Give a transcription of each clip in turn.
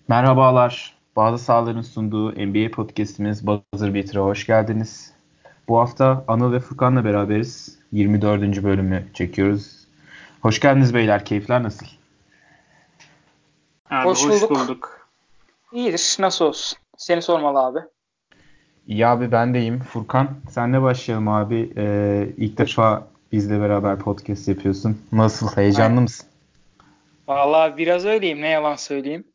Merhabalar. Bağlı Sahalar'ın sunduğu NBA podcast'imiz Buzzer Beater'a hoş geldiniz. Bu hafta Anıl ve Furkan'la beraberiz. 24. bölümü çekiyoruz. Hoş geldiniz beyler. Keyifler nasıl? Abi Hoş hoş bulduk. bulduk. İyidir. Nasıl olsun? Seni sormalı abi. İyi abi ben deyim. Furkan senle başlayalım abi. İlk defa bizle beraber podcast yapıyorsun. Nasıl? Heyecanlı Aynen. mısın? Vallahi biraz öyleyim. Ne yalan söyleyeyim.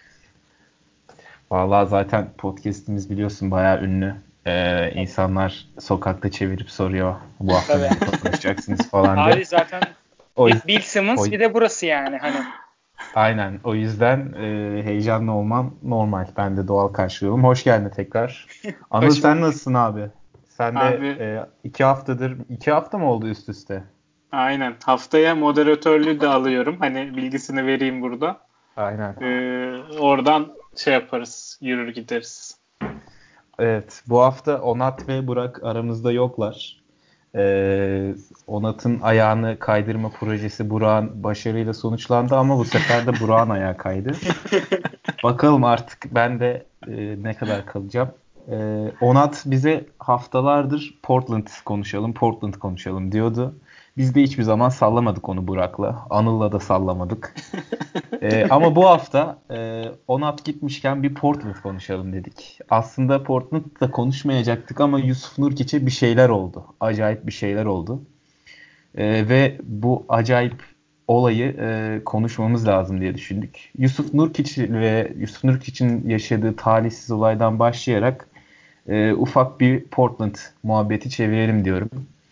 Vallahi zaten podcast'imiz biliyorsun bayağı ünlü. Tabii. İnsanlar sokakta çevirip soruyor. Bu hafta Tabii. ne konuşacaksınız falan diye. Abi zaten O, bir Bill o Simmons bir de burası yani. Hani Aynen. O yüzden heyecanlı olmam normal. Ben de doğal karşılıyorum. Hoş geldin tekrar. Anıl hoş sen bulduk. nasılsın abi? Sen de Abi 2 hafta mı oldu üst üste? aynen haftaya moderatörlüğü de alıyorum. Hani bilgisini vereyim burada. Aynen. Oradan şey yaparız. Yürür gideriz. Evet. Bu hafta Onat ve Burak aramızda yoklar. Onat'ın ayağını kaydırma projesi Burak'ın başarıyla sonuçlandı ama bu sefer de Burak'ın ayağı kaydı. Bakalım artık ben de ne kadar kalacağım. Onat bize haftalardır Portland konuşalım diyordu. Biz de hiçbir zaman sallamadık onu Burak'la. Anıl'la da sallamadık. Ama bu hafta Onat gitmişken bir Portland konuşalım dedik. Aslında Portland'da konuşmayacaktık ama Yusuf Nurkic'e bir şeyler oldu. Acayip bir şeyler oldu. Ve bu acayip olayı konuşmamız lazım diye düşündük. Yusuf Nurkic'in yaşadığı talihsiz olaydan başlayarak ufak bir Portland muhabbeti çevirelim diyorum.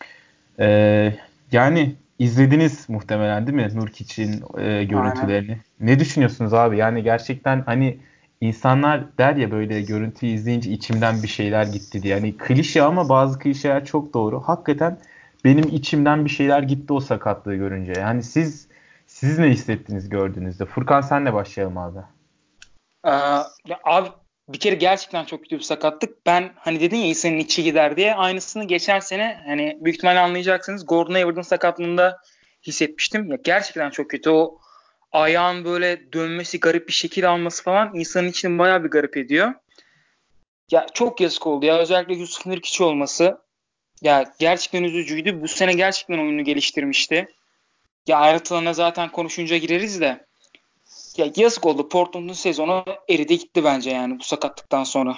E, Yani izlediniz muhtemelen değil mi Nurkic'in Aynen. görüntülerini? Ne düşünüyorsunuz abi? Yani gerçekten hani insanlar der ya böyle görüntüyü izleyince içimden bir şeyler gitti diye. Yani klişe ama bazı klişeler çok doğru. Hakikaten benim içimden bir şeyler gitti o sakatlığı görünce. Yani siz ne hissettiniz gördüğünüzde? Furkan senle başlayalım abi. Ya abi bir kere gerçekten çok kötü bir sakatlık. Ben hani dedin ya insanın içi gider diye. Aynısını geçen sene hani büyük ihtimalle anlayacaksınız. Gordon Hayward'ın sakatlığında hissetmiştim. Ya gerçekten çok kötü. O ayağın böyle dönmesi, garip bir şekil alması falan insanın içini bayağı bir garip ediyor. Ya çok yazık oldu ya. Özellikle Yusuf Nurkic olması. Ya gerçekten üzücüydü. Bu sene gerçekten oyunu geliştirmişti. Ya ayrıntılarına zaten konuşunca gireriz de. Ya yazık oldu. Portland'ın sezonu eridi gitti bence yani bu sakatlıktan sonra.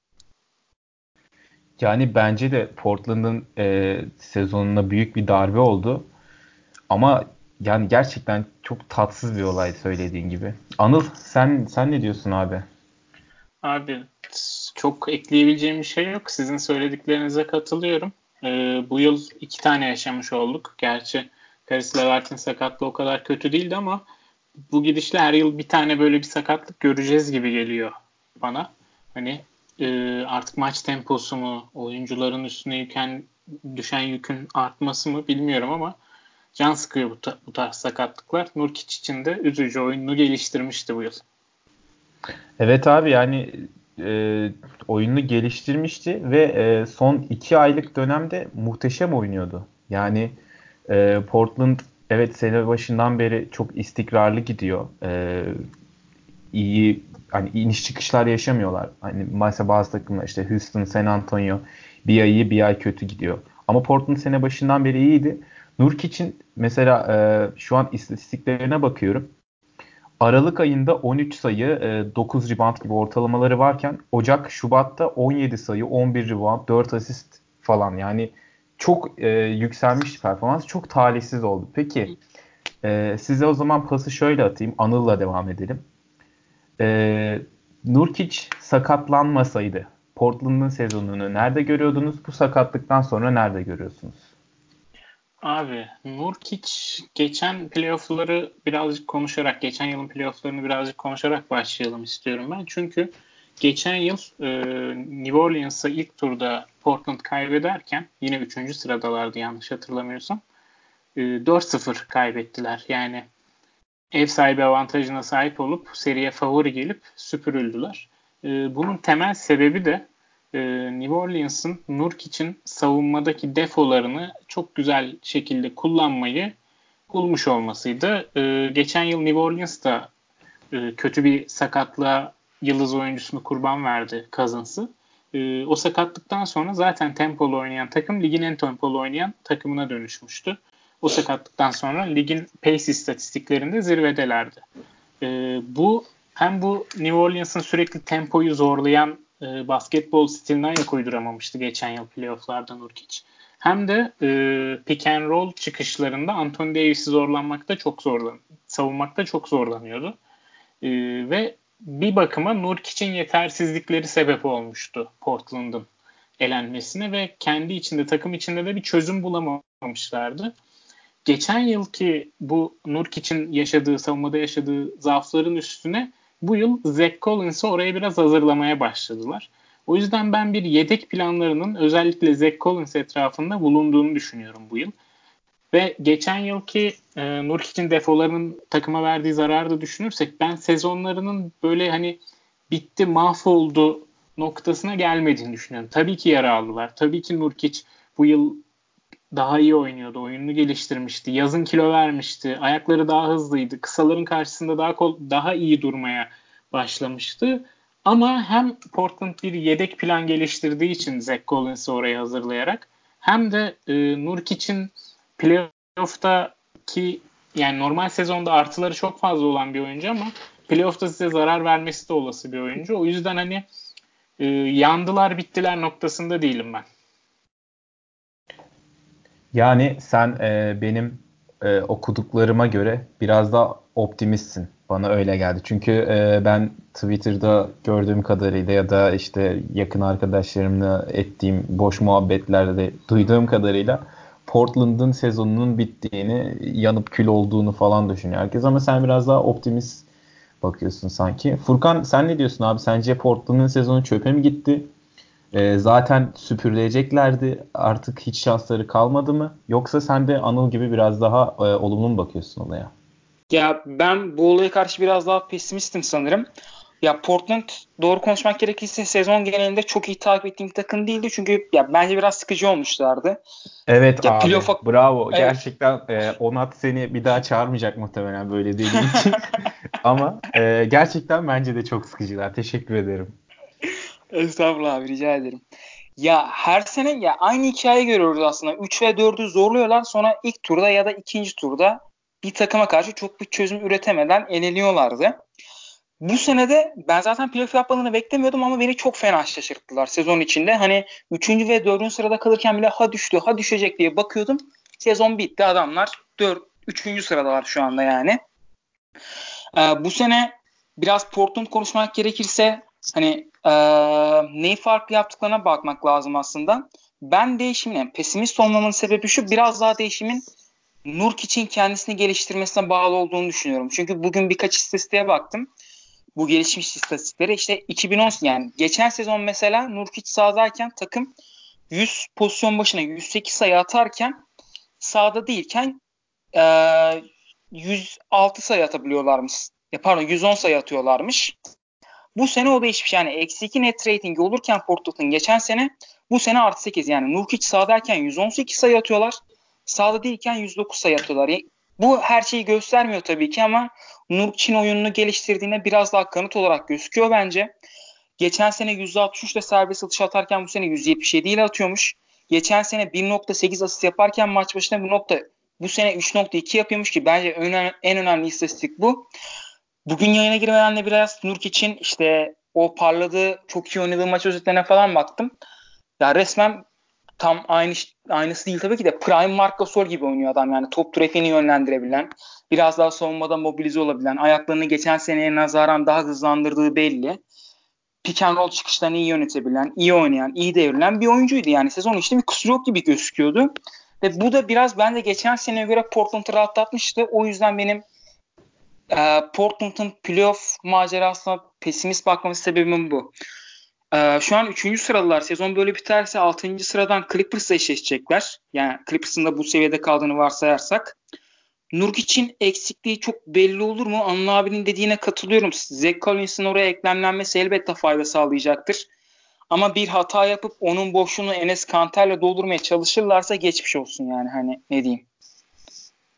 Yani bence de Portland'ın sezonuna büyük bir darbe oldu. Ama yani gerçekten çok tatsız bir olay söylediğin gibi. Anıl sen ne diyorsun abi? Abi çok ekleyebileceğim bir şey yok. Sizin söylediklerinize katılıyorum. Bu yıl 2 tane yaşamış olduk. Gerçi Caris LeVert'in sakatlığı o kadar kötü değildi ama bu gidişle her yıl bir tane böyle bir sakatlık göreceğiz gibi geliyor bana. Hani artık maç temposu mu, oyuncuların üstüne düşen yükün artması mı bilmiyorum ama can sıkıyor bu tarz sakatlıklar. Nurkic için de üzücü, oyununu geliştirmişti bu yıl. Evet abi yani e, oyununu geliştirmişti ve son 2 aylık dönemde muhteşem oynuyordu. Yani Portland evet sene başından beri çok istikrarlı gidiyor. İyi hani iniş çıkışlar yaşamıyorlar. Hani mesela bazı takımlar işte Houston, San Antonio bir ay iyi bir ay kötü gidiyor. Ama Portland sene başından beri iyiydi. Nurkic'in mesela şu an istatistiklerine bakıyorum. Aralık ayında 13 sayı, 9 rebound gibi ortalamaları varken Şubat'ta 17 sayı, 11 rebound, 4 asist falan. Yani çok yükselmiş performans. Çok talihsiz oldu. Peki size o zaman pası şöyle atayım. Anıl'la devam edelim. E, Nurkic sakatlanmasaydı Portland'ın sezonunu nerede görüyordunuz? Bu sakatlıktan sonra nerede görüyorsunuz? Abi Nurkic geçen playoff'ları birazcık konuşarak, geçen yılın playoff'larını birazcık konuşarak başlayalım istiyorum ben. Çünkü geçen yıl New Orleans'a ilk turda Portland kaybederken yine 3. sıradalardı yanlış hatırlamıyorsam. 4-0 kaybettiler. Yani ev sahibi avantajına sahip olup seriye favori gelip süpürüldüler. Bunun temel sebebi de New Orleans'ın Nurkic'in savunmadaki defolarını çok güzel şekilde kullanmayı bulmuş olmasıydı. Geçen yıl New Orleans da kötü bir sakatlığa yıldız oyuncusunu kurban verdi Cousins'ı. O sakatlıktan sonra zaten tempolu oynayan takım ligin en tempolu oynayan takımına dönüşmüştü. O sakatlıktan sonra ligin pace istatistiklerinde zirvedelerdi. Bu New Orleans'ın sürekli tempoyu zorlayan basketbol stiline ayak uyduramamıştı geçen yıl playoff'larda Nurkic. Hem de pick and roll çıkışlarında Anthony Davis'i savunmakta çok zorlanıyordu. Ve bir bakıma Nurkic'in yetersizlikleri sebep olmuştu Portland'ın elenmesine ve kendi içinde, takım içinde de bir çözüm bulamamışlardı. Geçen yılki bu Nurkic'in savunmada yaşadığı zaafların üstüne bu yıl Zach Collins'ı oraya biraz hazırlamaya başladılar. O yüzden ben bir yedek planlarının özellikle Zach Collins etrafında bulunduğunu düşünüyorum bu yıl. Ve geçen yılki Nurkic'in defolarının takıma verdiği zararı da düşünürsek ben sezonlarının böyle hani bitti, mahvoldu noktasına gelmediğini düşünüyorum. Tabii ki yara aldılar. Tabii ki Nurkic bu yıl daha iyi oynuyordu. Oyununu geliştirmişti. Yazın kilo vermişti. Ayakları daha hızlıydı. Kısaların karşısında daha iyi durmaya başlamıştı. Ama hem Portland bir yedek plan geliştirdiği için Zach Collins'i oraya hazırlayarak hem de Nurkic'in playoff'taki yani normal sezonda artıları çok fazla olan bir oyuncu ama playoff'ta size zarar vermesi de olası bir oyuncu. O yüzden hani yandılar bittiler noktasında değilim ben. Yani sen benim okuduklarıma göre biraz daha optimistsin. Bana öyle geldi. Çünkü ben Twitter'da gördüğüm kadarıyla ya da işte yakın arkadaşlarımla ettiğim boş muhabbetlerde duyduğum kadarıyla Portland'ın sezonunun bittiğini, yanıp kül olduğunu falan düşünüyor herkes. Ama sen biraz daha optimist bakıyorsun sanki. Furkan sen ne diyorsun abi? Sence Portland'ın sezonu çöpe mi gitti? Zaten süpürüleceklerdi. Artık hiç şansları kalmadı mı? Yoksa sen de Anıl gibi biraz daha olumlu mu bakıyorsun olaya? Ya ben bu olaya karşı biraz daha pesimistim sanırım. Ya Portland doğru konuşmak gerekirse sezon genelinde çok iyi takip ettiğim bir takım değildi. Çünkü ya bence biraz sıkıcı olmuşlardı. Evet Ya abi. playoff'a Bravo. evet, Gerçekten Onat seni bir daha çağırmayacak muhtemelen böyle dediğin için. Ama gerçekten bence de çok sıkıcılar. Teşekkür ederim. estağfurullah abi rica ederim. Ya her sene ya aynı hikaye görüyoruz aslında. 3 ve 4'ü zorluyorlar. Sonra ilk turda ya da ikinci turda bir takıma karşı çok bir çözüm üretemeden eleniyorlardı. Bu sene de ben zaten playoff yapmalarını beklemiyordum ama beni çok fena şaşırttılar sezon içinde. Hani 3. ve 4. sırada kalırken bile ha düştü ha düşecek diye bakıyordum. Sezon bitti, adamlar 3. sıradalar şu anda yani. Bu sene biraz Portland konuşmak gerekirse hani neyi farklı yaptıklarına bakmak lazım aslında. Ben değişimin, pesimist olmamın sebebi şu, biraz daha değişimin Nurkic'in kendisini geliştirmesine bağlı olduğunu düşünüyorum. Çünkü bugün birkaç istatistiğe baktım. Bu gelişmiş istatistikleri işte 2010 yani geçen sezon mesela Nurkic sahadayken takım 100 pozisyon başına 108 sayı atarken sahada değilken 106 sayı atabiliyorlarmış. Pardon 110 sayı atıyorlarmış. Bu sene o değişmiş. Yani -2 net ratingi olurken Portland'ın geçen sene bu sene +8. Yani Nurkic sahadayken 118 sayı atıyorlar. Sahada değilken 109 sayı atıyorlar. Bu her şeyi göstermiyor tabii ki ama Nurkic'in oyununu geliştirdiğine biraz daha kanıt olarak gözüküyor bence. Geçen sene %63 ile serbest atış atarken bu sene 177 ile atıyormuş. Geçen sene 1.8 asist yaparken maç başına bu sene 3.2 yapıyormuş ki bence en önemli istatistik bu. Bugün yayına girmeden de biraz Nurkic'in işte o parladığı, çok iyi oynadığı maç özetlerine falan baktım. Ya resmen tam aynısı değil tabii ki de Prime Marc Gasol gibi oynuyor adam yani. Top trafiğini yönlendirebilen, biraz daha savunmada mobilize olabilen, ayaklarını geçen seneye nazaran daha hızlandırdığı belli. Pick and roll çıkışlarını iyi yönetebilen, iyi oynayan, iyi devrilen bir oyuncuydu. Yani sezon işte bir kusur yok gibi gözüküyordu. Ve bu da biraz bence geçen seneye göre Portland'ı rahatlatmıştı. O yüzden benim Portland'ın playoff macerasına pesimist bakmamın sebebim bu. Şu an 3. sıradılar. Sezon böyle biterse 6. sıradan Clippers'la eşleşecekler. Yani Clippers'ın da bu seviyede kaldığını varsayarsak. Nurkic'in eksikliği çok belli olur mu? Anıl abinin dediğine katılıyorum. Zach Collins'in oraya eklemlenmesi elbette fayda sağlayacaktır. Ama bir hata yapıp onun boşluğunu Enes Kanter'le doldurmaya çalışırlarsa geçmiş olsun yani. Hani ne diyeyim.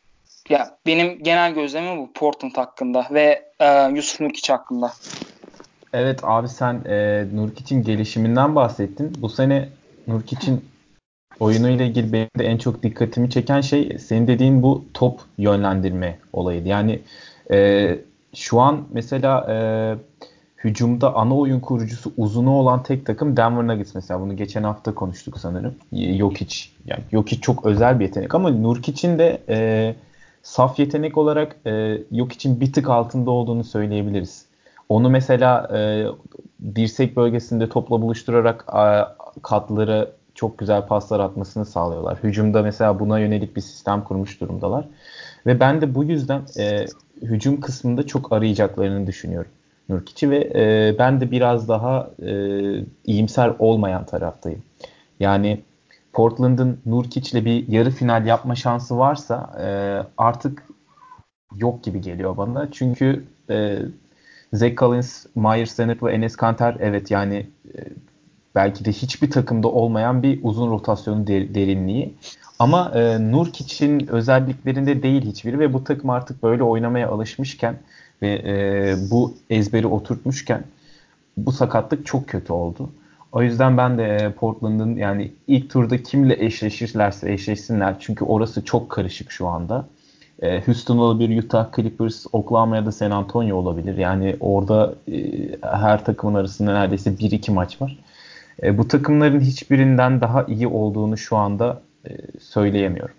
Ya benim genel gözlemim bu Portland hakkında ve Yusuf Nurkic hakkında. Evet abi sen Nurkic'in gelişiminden bahsettin. Bu sene Nurkic'in oyunuyla ilgili benim de en çok dikkatimi çeken şey senin dediğin bu top yönlendirme olayıydı. Yani şu an mesela hücumda ana oyun kurucusu uzunu olan tek takım Denver Nuggets mesela. Bunu geçen hafta konuştuk sanırım. Jokic. Yani Jokic çok özel bir yetenek ama Nurkic'in de saf yetenek olarak Jokic'in bir tık altında olduğunu söyleyebiliriz. Onu mesela dirsek bölgesinde topla buluşturarak katları çok güzel paslar atmasını sağlıyorlar. Hücumda mesela buna yönelik bir sistem kurmuş durumdalar. Ve ben de bu yüzden hücum kısmında çok arayacaklarını düşünüyorum Nurkic'i ve ben de biraz daha iyimser olmayan taraftayım. Yani Portland'ın Nurkic'le bir yarı final yapma şansı varsa artık yok gibi geliyor bana. Çünkü Zach Collins, Myers Leonard ve Enes Kanter evet yani belki de hiçbir takımda olmayan bir uzun rotasyonun derinliği. Ama Nurkic'in özelliklerinde değil hiçbiri ve bu takım artık böyle oynamaya alışmışken ve bu ezberi oturtmuşken bu sakatlık çok kötü oldu. O yüzden ben de Portland'ın yani ilk turda kimle eşleşirlerse eşleşsinler. Çünkü orası çok karışık şu anda. Houston olabilir, Utah Clippers, Oklahoma ya da San Antonio olabilir. Yani orada her takımın arasında neredeyse 1-2 maç var. Bu takımların hiçbirinden daha iyi olduğunu şu anda söyleyemiyorum.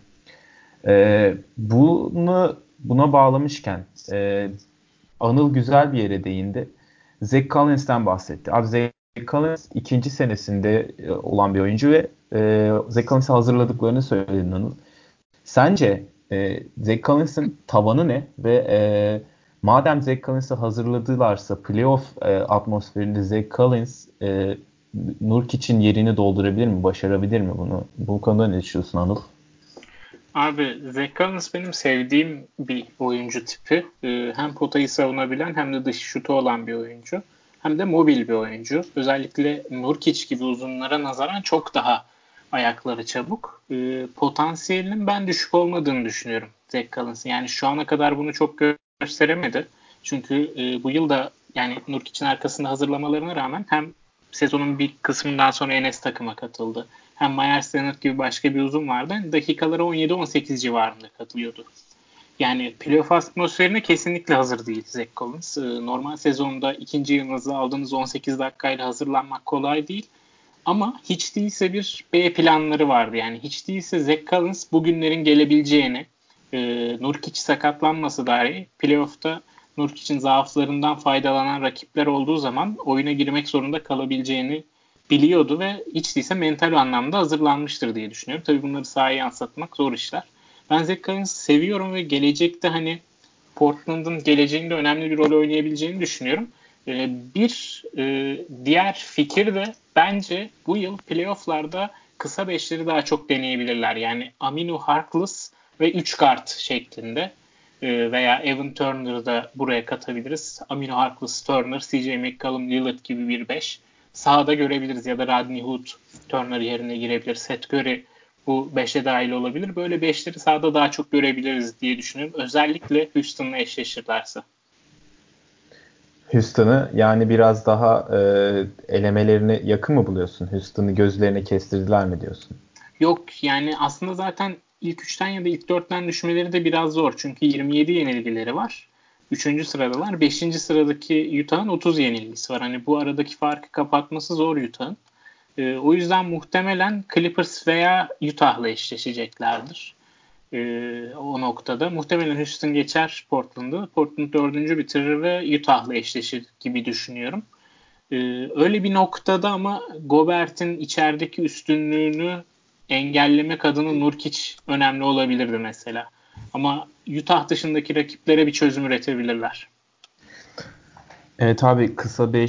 Buna bağlamışken Anıl güzel bir yere değindi. Zach Collins'ten bahsetti. Abi Zach Collins ikinci senesinde olan bir oyuncu ve Zach Collins'i hazırladıklarını söyledin Anıl. Sence Zach Collins'in tavanı ne? Ve madem Zach Collins'i hazırladılarsa playoff atmosferinde Zach Collins Nurkic'in yerini doldurabilir mi? Başarabilir mi bunu? Bu konuda ne düşünüyorsun Anıl? Abi Zach Collins benim sevdiğim bir oyuncu tipi. Hem potayı savunabilen hem de dış şutu olan bir oyuncu. Hem de mobil bir oyuncu. Özellikle Nurkic gibi uzunlara nazaran çok daha ayakları çabuk. Potansiyelinin ben düşük olmadığını düşünüyorum Zach Collins'in. Yani şu ana kadar bunu çok gösteremedi. Çünkü bu yıl da yani Nurkic'in arkasında hazırlamalarına rağmen hem sezonun bir kısmından sonra Enes takıma katıldı. Hem Myers Leonard gibi başka bir uzun vardı. Dakikalara 17-18 civarında katılıyordu. Yani playoff atmosferine kesinlikle hazır değil Zach Collins. Normal sezonda ikinci yılınızda aldığınız 18 dakikayla hazırlanmak kolay değil. Ama hiç değilse bir B planları vardı. Yani hiç değilse Zach Collins bugünlerin gelebileceğini, Nurkic sakatlanması dahi playoff'ta Nurkic'in zaaflarından faydalanan rakipler olduğu zaman oyuna girmek zorunda kalabileceğini biliyordu ve hiç değilse mental anlamda hazırlanmıştır diye düşünüyorum. Tabii bunları sahaya yansıtmak zor işler. Ben Zach Collins'i seviyorum ve gelecekte hani Portland'ın geleceğinde önemli bir rol oynayabileceğini düşünüyorum. Bir diğer fikir de bence bu yıl playoff'larda kısa beşleri daha çok deneyebilirler. Yani Aminu Harkless ve 3 kart şeklinde veya Evan Turner'ı da buraya katabiliriz. Aminu Harkless, Turner, CJ McCollum, Lillard gibi bir 5 sahada görebiliriz ya da Rodney Hood Turner yerine girebilir. Seth Curry bu 5'e dahil olabilir. Böyle 5'leri sahada daha çok görebiliriz diye düşünüyorum. Özellikle Houston'la eşleşirlerse. Houston'ı yani biraz daha elemelerine yakın mı buluyorsun? Houston'ı gözlerine kestirdiler mi diyorsun? Yok yani aslında zaten ilk 3'ten ya da ilk 4'ten düşmeleri de biraz zor. Çünkü 27 yenilgileri var. 3. sıradalar. 5. sıradaki Utah'ın 30 yenilgisi var. Hani bu aradaki farkı kapatması zor Utah'ın. O yüzden muhtemelen Clippers veya Utah'la eşleşeceklerdir. O noktada. Muhtemelen Houston geçer Portland'ı. Portland 4. bitirir ve Utah'la eşleşir gibi düşünüyorum. Öyle bir noktada ama Gobert'in içerideki üstünlüğünü engellemek adına Nurkic önemli olabilirdi mesela. Ama Utah dışındaki rakiplere bir çözüm üretebilirler. Evet abi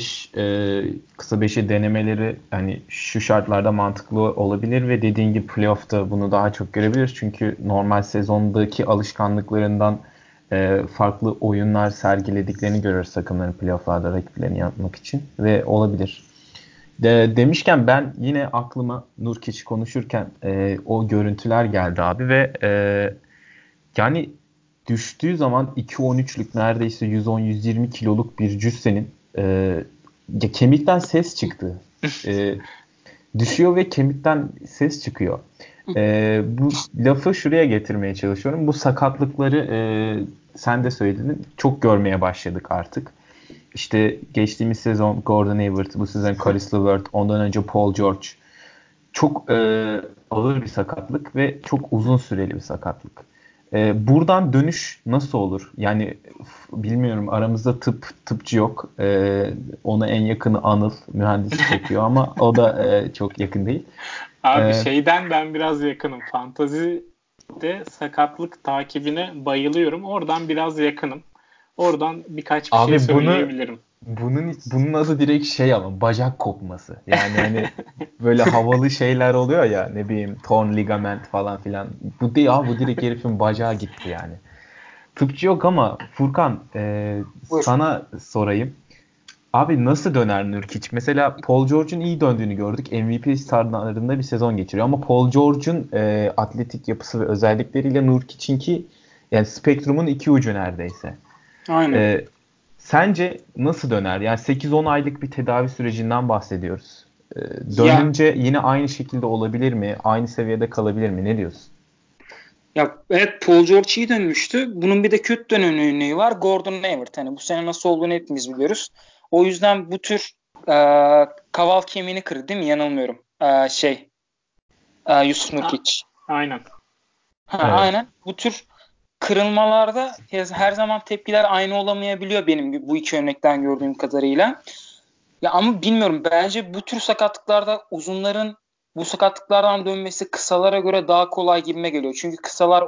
kısa 5'i denemeleri hani şu şartlarda mantıklı olabilir ve dediğin gibi playoff'ta bunu daha çok görebiliriz. Çünkü normal sezondaki alışkanlıklarından farklı oyunlar sergilediklerini görürüz takımların playoff'larda rakiplerini yapmak için ve olabilir. Demişken ben yine aklıma Nurkic konuşurken o görüntüler geldi abi ve yani düştüğü zaman 2.13'lük neredeyse 110-120 kiloluk bir cüssenin kemikten ses çıktı. Düşüyor ve kemikten ses çıkıyor. Bu lafı şuraya getirmeye çalışıyorum. Bu sakatlıkları sen de söyledin. Çok görmeye başladık artık. İşte geçtiğimiz sezon Gordon Hayward, bu sezon Caris LeVert, ondan önce Paul George. Çok ağır bir sakatlık ve çok uzun süreli bir sakatlık. Buradan dönüş nasıl olur? Yani bilmiyorum, aramızda tıpçı yok. Ona en yakını Anıl, mühendislik yapıyor ama o da çok yakın değil. Abi şeyden ben biraz yakınım. Fantazide sakatlık takibine bayılıyorum. Oradan biraz yakınım. Oradan birkaç bir şey söyleyebilirim. Bunun adı direkt şey ama bacak kopması. Yani hani böyle havalı şeyler oluyor ya, ne bileyim torn ligament falan filan. Bu değil abi, bu direkt herifin bacağı gitti yani. Tıpçı yok ama Furkan sana sorayım. Abi nasıl döner Nurkic? Mesela Paul George'un iyi döndüğünü gördük. MVP starlarında bir sezon geçiriyor ama Paul George'un atletik yapısı ve özellikleriyle Nurkic'inki yani spektrumun iki ucu neredeyse. Aynen. Sence nasıl döner? Yani 8-10 aylık bir tedavi sürecinden bahsediyoruz. Ya Dönünce yine aynı şekilde olabilir mi? Aynı seviyede kalabilir mi? Ne diyorsun? Ya evet, Paul George iyi dönmüştü. Bunun bir de kötü dönen örneği var. Gordon Hayward. Hani bu sene nasıl olduğunu hepimiz biliyoruz. O yüzden bu tür e, kaval kemiğini kırdı değil mi? Yanılmıyorum. Yusuf Nurkic. Aynen. Evet. Aynen. Bu tür kırılmalarda her zaman tepkiler aynı olamayabiliyor benim bu iki örnekten gördüğüm kadarıyla. Ya ama bilmiyorum. Bence bu tür sakatlıklarda uzunların bu sakatlıklardan dönmesi kısalara göre daha kolay gibime geliyor. Çünkü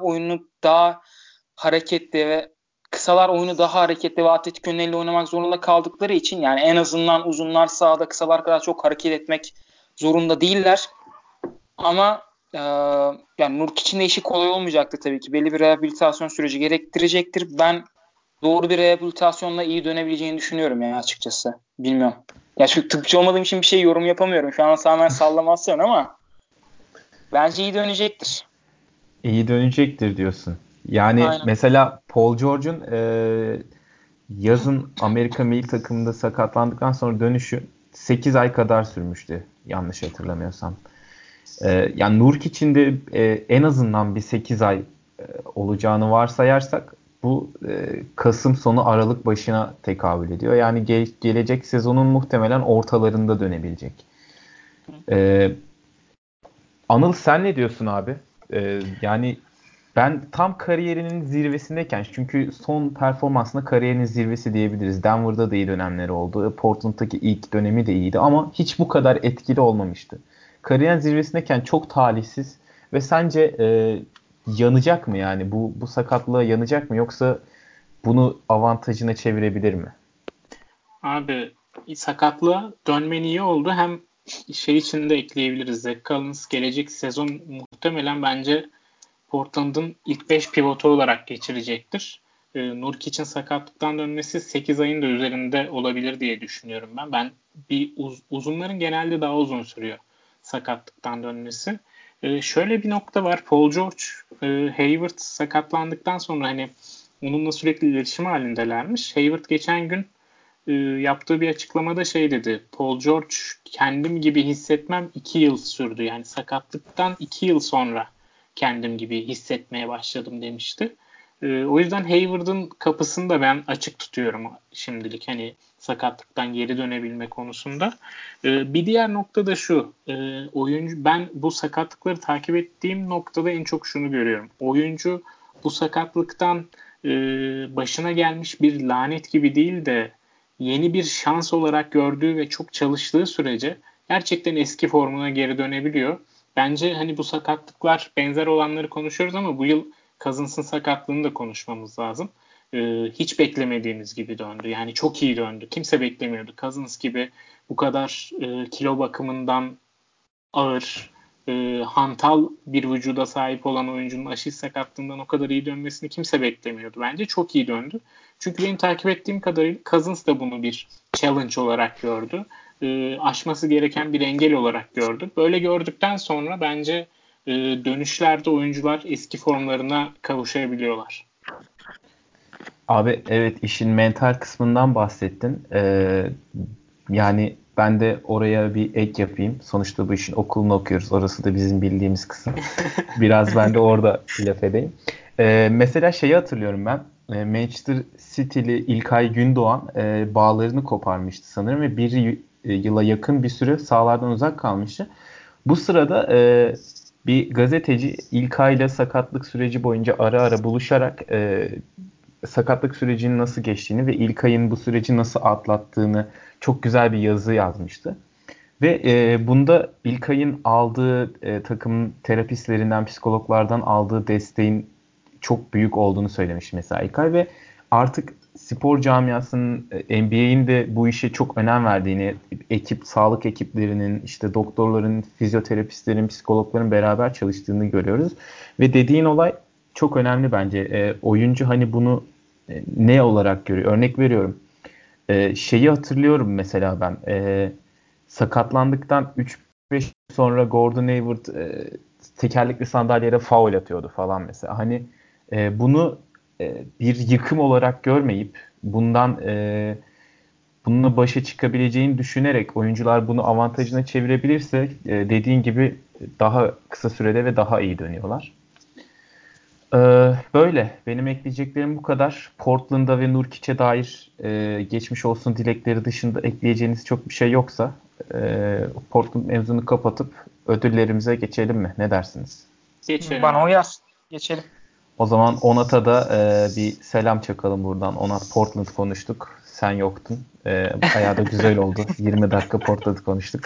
kısalar oyunu daha hareketli ve atletik yönleriyle oynamak zorunda kaldıkları için, yani en azından uzunlar sahada kısalar kadar çok hareket etmek zorunda değiller. Ama yani Nurkic'in de işi kolay olmayacaktı tabii ki. Belli bir rehabilitasyon süreci gerektirecektir. Ben doğru bir rehabilitasyonla iyi dönebileceğini düşünüyorum ya, açıkçası. Bilmiyorum. Ya şu tıpçı olmadığım için bir şey yorum yapamıyorum. Şu an tamamen sallamasyon ama bence iyi dönecektir. İyi dönecektir diyorsun. Yani Aynen. mesela Paul George'un yazın Amerika milli takımında sakatlandıktan sonra dönüşü 8 ay kadar sürmüştü. Yanlış hatırlamıyorsam. Yani Nurkic'in de en azından bir 8 ay olacağını varsayarsak bu Kasım sonu Aralık başına tekabül ediyor. Yani gelecek sezonun muhtemelen ortalarında dönebilecek. E, Anıl sen ne diyorsun abi? Yani ben tam kariyerinin zirvesindeyken, çünkü son performansına kariyerinin zirvesi diyebiliriz. Denver'da da iyi dönemleri oldu. Portland'daki ilk dönemi de iyiydi ama hiç bu kadar etkili olmamıştı. Kariyerin zirvesindeyken çok talihsiz ve sence yanacak mı yani? Bu sakatlığa yanacak mı, yoksa bunu avantajına çevirebilir mi? Abi sakatlığa dönmen iyi oldu. Hem şey için de ekleyebiliriz. Zach Collins gelecek sezon muhtemelen bence Portland'ın ilk 5 pivotu olarak geçirecektir. Nurkic'in sakatlıktan dönmesi 8 ayın da üzerinde olabilir diye düşünüyorum ben. Uzunların genelde daha uzun sürüyor sakatlıktan dönmesi. Şöyle bir nokta var. Paul George, Hayward sakatlandıktan sonra hani onunla sürekli iletişim halindelermiş. Hayward geçen gün yaptığı bir açıklamada şey dedi. Paul George kendim gibi hissetmem 2 yıl sürdü. Yani sakatlıktan 2 yıl sonra kendim gibi hissetmeye başladım demişti. O yüzden Hayward'ın kapısını da ben açık tutuyorum şimdilik. Hani sakatlıktan geri dönebilme konusunda. Bir diğer nokta da şu. Oyuncu, ben bu sakatlıkları takip ettiğim noktada en çok şunu görüyorum. Oyuncu bu sakatlıktan başına gelmiş bir lanet gibi değil de yeni bir şans olarak gördüğü ve çok çalıştığı sürece gerçekten eski formuna geri dönebiliyor. Bence hani bu sakatlıklar, benzer olanları konuşuyoruz ama bu yıl Cousins'ın sakatlığını da konuşmamız lazım. Hiç beklemediğimiz gibi döndü. Yani çok iyi döndü. Kimse beklemiyordu. Cousins gibi bu kadar kilo bakımından ağır, hantal bir vücuda sahip olan oyuncunun aşil sakatlığından o kadar iyi dönmesini kimse beklemiyordu. Bence çok iyi döndü. Çünkü benim takip ettiğim kadarıyla Cousins da bunu bir challenge olarak gördü. Aşması gereken bir engel olarak gördü. Böyle gördükten sonra bence dönüşlerde oyuncular eski formlarına kavuşabiliyorlar. Abi evet, işin mental kısmından bahsettin. Yani ben de oraya bir ek yapayım. Sonuçta bu işin okulunu okuyoruz. Orası da bizim bildiğimiz kısım. Biraz ben de orada laf edeyim. Mesela şeyi hatırlıyorum ben. Manchester City'li İlkay Gündoğan bağlarını koparmıştı sanırım ve bir yıla yakın bir süre sahalardan uzak kalmıştı. Bu sırada bir gazeteci İlkay'la sakatlık süreci boyunca ara ara buluşarak sakatlık sürecinin nasıl geçtiğini ve İlkay'ın bu süreci nasıl atlattığını çok güzel bir yazı yazmıştı. Ve bunda İlkay'ın aldığı takım terapistlerinden, psikologlardan aldığı desteğin çok büyük olduğunu söylemiş mesela İlkay ve artık spor camiasının, NBA'in de bu işe çok önem verdiğini, sağlık ekiplerinin, işte doktorların, fizyoterapistlerin, psikologların beraber çalıştığını görüyoruz. Ve dediğin olay çok önemli bence. Oyuncu hani bunu ne olarak görüyor? Örnek veriyorum. Şeyi hatırlıyorum mesela ben. Sakatlandıktan 3-5 sonra Gordon Hayward tekerlekli sandalyeye faul atıyordu falan mesela. Hani bunu bir yıkım olarak görmeyip bununla başa çıkabileceğini düşünerek oyuncular bunu avantajına çevirebilirse dediğin gibi daha kısa sürede ve daha iyi dönüyorlar. Böyle. Benim ekleyeceklerim bu kadar. Portland'a ve Nurkic'e dair geçmiş olsun dilekleri dışında ekleyeceğiniz çok bir şey yoksa Portland mevzunu kapatıp ödüllerimize geçelim mi? Ne dersiniz? Geçelim Bana abi. uyar. Geçelim. O zaman Onat'a da bir selam çakalım buradan. Onat, Portland konuştuk. Sen yoktun. Bayağı da güzel oldu. 20 dakika Portland konuştuk.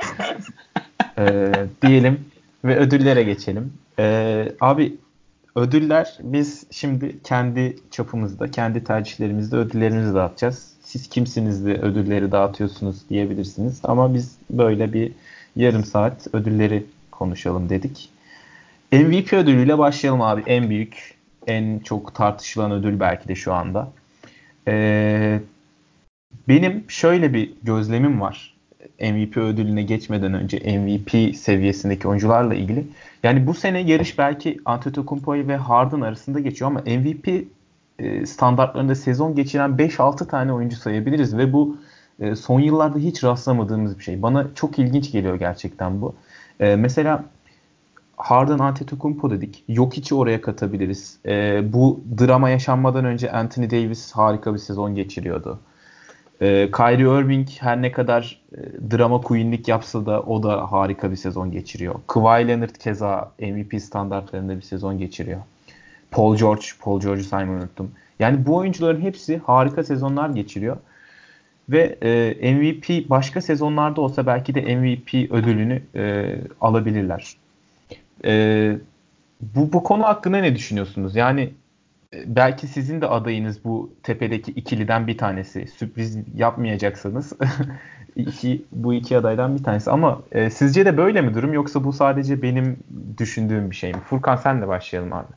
Diyelim ve ödüllere geçelim. Abi, ödüller, biz şimdi kendi çapımızda, kendi tercihlerimizde ödüllerimizi dağıtacağız. Siz kimsiniz de ödülleri dağıtıyorsunuz diyebilirsiniz. Ama biz böyle bir yarım saat ödülleri konuşalım dedik. MVP ödülüyle başlayalım abi. En büyük, en çok tartışılan ödül belki de şu anda. Ee, Benim şöyle bir gözlemim var. MVP ödülüne geçmeden önce MVP seviyesindeki oyuncularla ilgili. Yani bu sene yarış belki Antetokounmpo ve Harden arasında geçiyor ama MVP standartlarında sezon geçiren 5-6 tane oyuncu sayabiliriz ve bu son yıllarda hiç rastlamadığımız bir şey. Bana çok ilginç geliyor gerçekten bu. Mesela Harden, Antetokounmpo dedik. Jokic'i oraya katabiliriz. Bu drama yaşanmadan önce Anthony Davis harika bir sezon geçiriyordu. Kyrie Irving her ne kadar drama queen'lik yapsa da o da harika bir sezon geçiriyor. Kawhi Leonard keza MVP standartlarında bir sezon geçiriyor. Paul George'u saymayı unuttum. Yani bu oyuncuların hepsi harika sezonlar geçiriyor. Ve MVP başka sezonlarda olsa belki de MVP ödülünü alabilirler. E, bu konu hakkında ne düşünüyorsunuz? Yani belki sizin de adayınız bu tepedeki ikiliden bir tanesi. Sürpriz yapmayacaksanız bu iki adaydan bir tanesi. Ama sizce de böyle mi durum, yoksa bu sadece benim düşündüğüm bir şey mi? Furkan, senle başlayalım abi.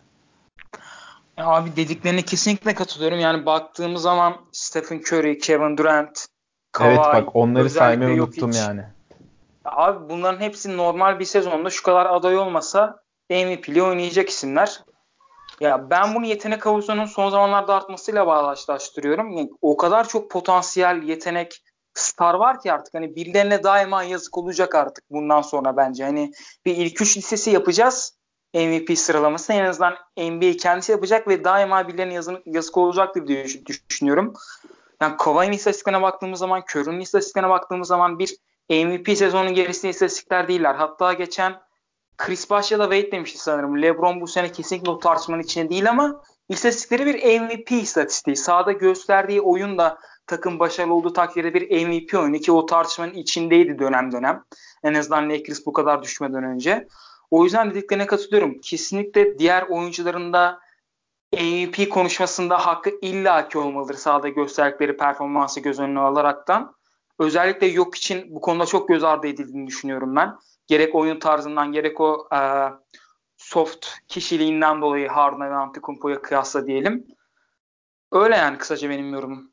Abi dediklerine kesinlikle katılıyorum. Yani baktığımız zaman Stephen Curry, Kevin Durant, Evet, Kawhi, bak onları özellikle saymayı unuttum Jokic. yani. Abi bunların hepsi normal bir sezonda şu kadar aday olmasa MVP'li oynayacak isimler. Ya ben bunu yetenek havuzunun son zamanlarda artmasıyla bağdaştırıyorum. Yani o kadar çok potansiyel, yetenek, star var ki artık hani birilerine daima yazık olacak artık bundan sonra bence. Hani bir ilk üç listesi yapacağız MVP sıralamasını en azından NBA kendisi yapacak ve daima birilerine yazık olacaktır diye düşünüyorum. Yani Kawhi'nin istatistiklerine baktığımız zaman, Curry'nin istatistiklerine baktığımız zaman bir MVP sezonun gerisinde istatistikler değiller. Hatta geçen Chris Bosh ya da Wade demişti sanırım. LeBron bu sene kesinlikle o tartışmanın içinde değil ama istatistikleri bir MVP istatistiği. Sahada gösterdiği oyun da takım başarılı olduğu takdirde bir MVP oyunu ki o tartışmanın içindeydi dönem dönem. En azından Lakers bu kadar düşmeden önce. O yüzden dediklerine katılıyorum. Kesinlikle diğer oyuncuların da MVP konuşmasında hakkı illaki olmalıdır sahada gösterdikleri performansı göz önüne alaraktan. Özellikle yok için bu konuda çok göz ardı edildiğini düşünüyorum ben. Gerek oyun tarzından gerek o soft kişiliğinden dolayı Harden'a ve Antetokounmpo'ya kıyasla diyelim. Öyle yani kısaca benim yorumum.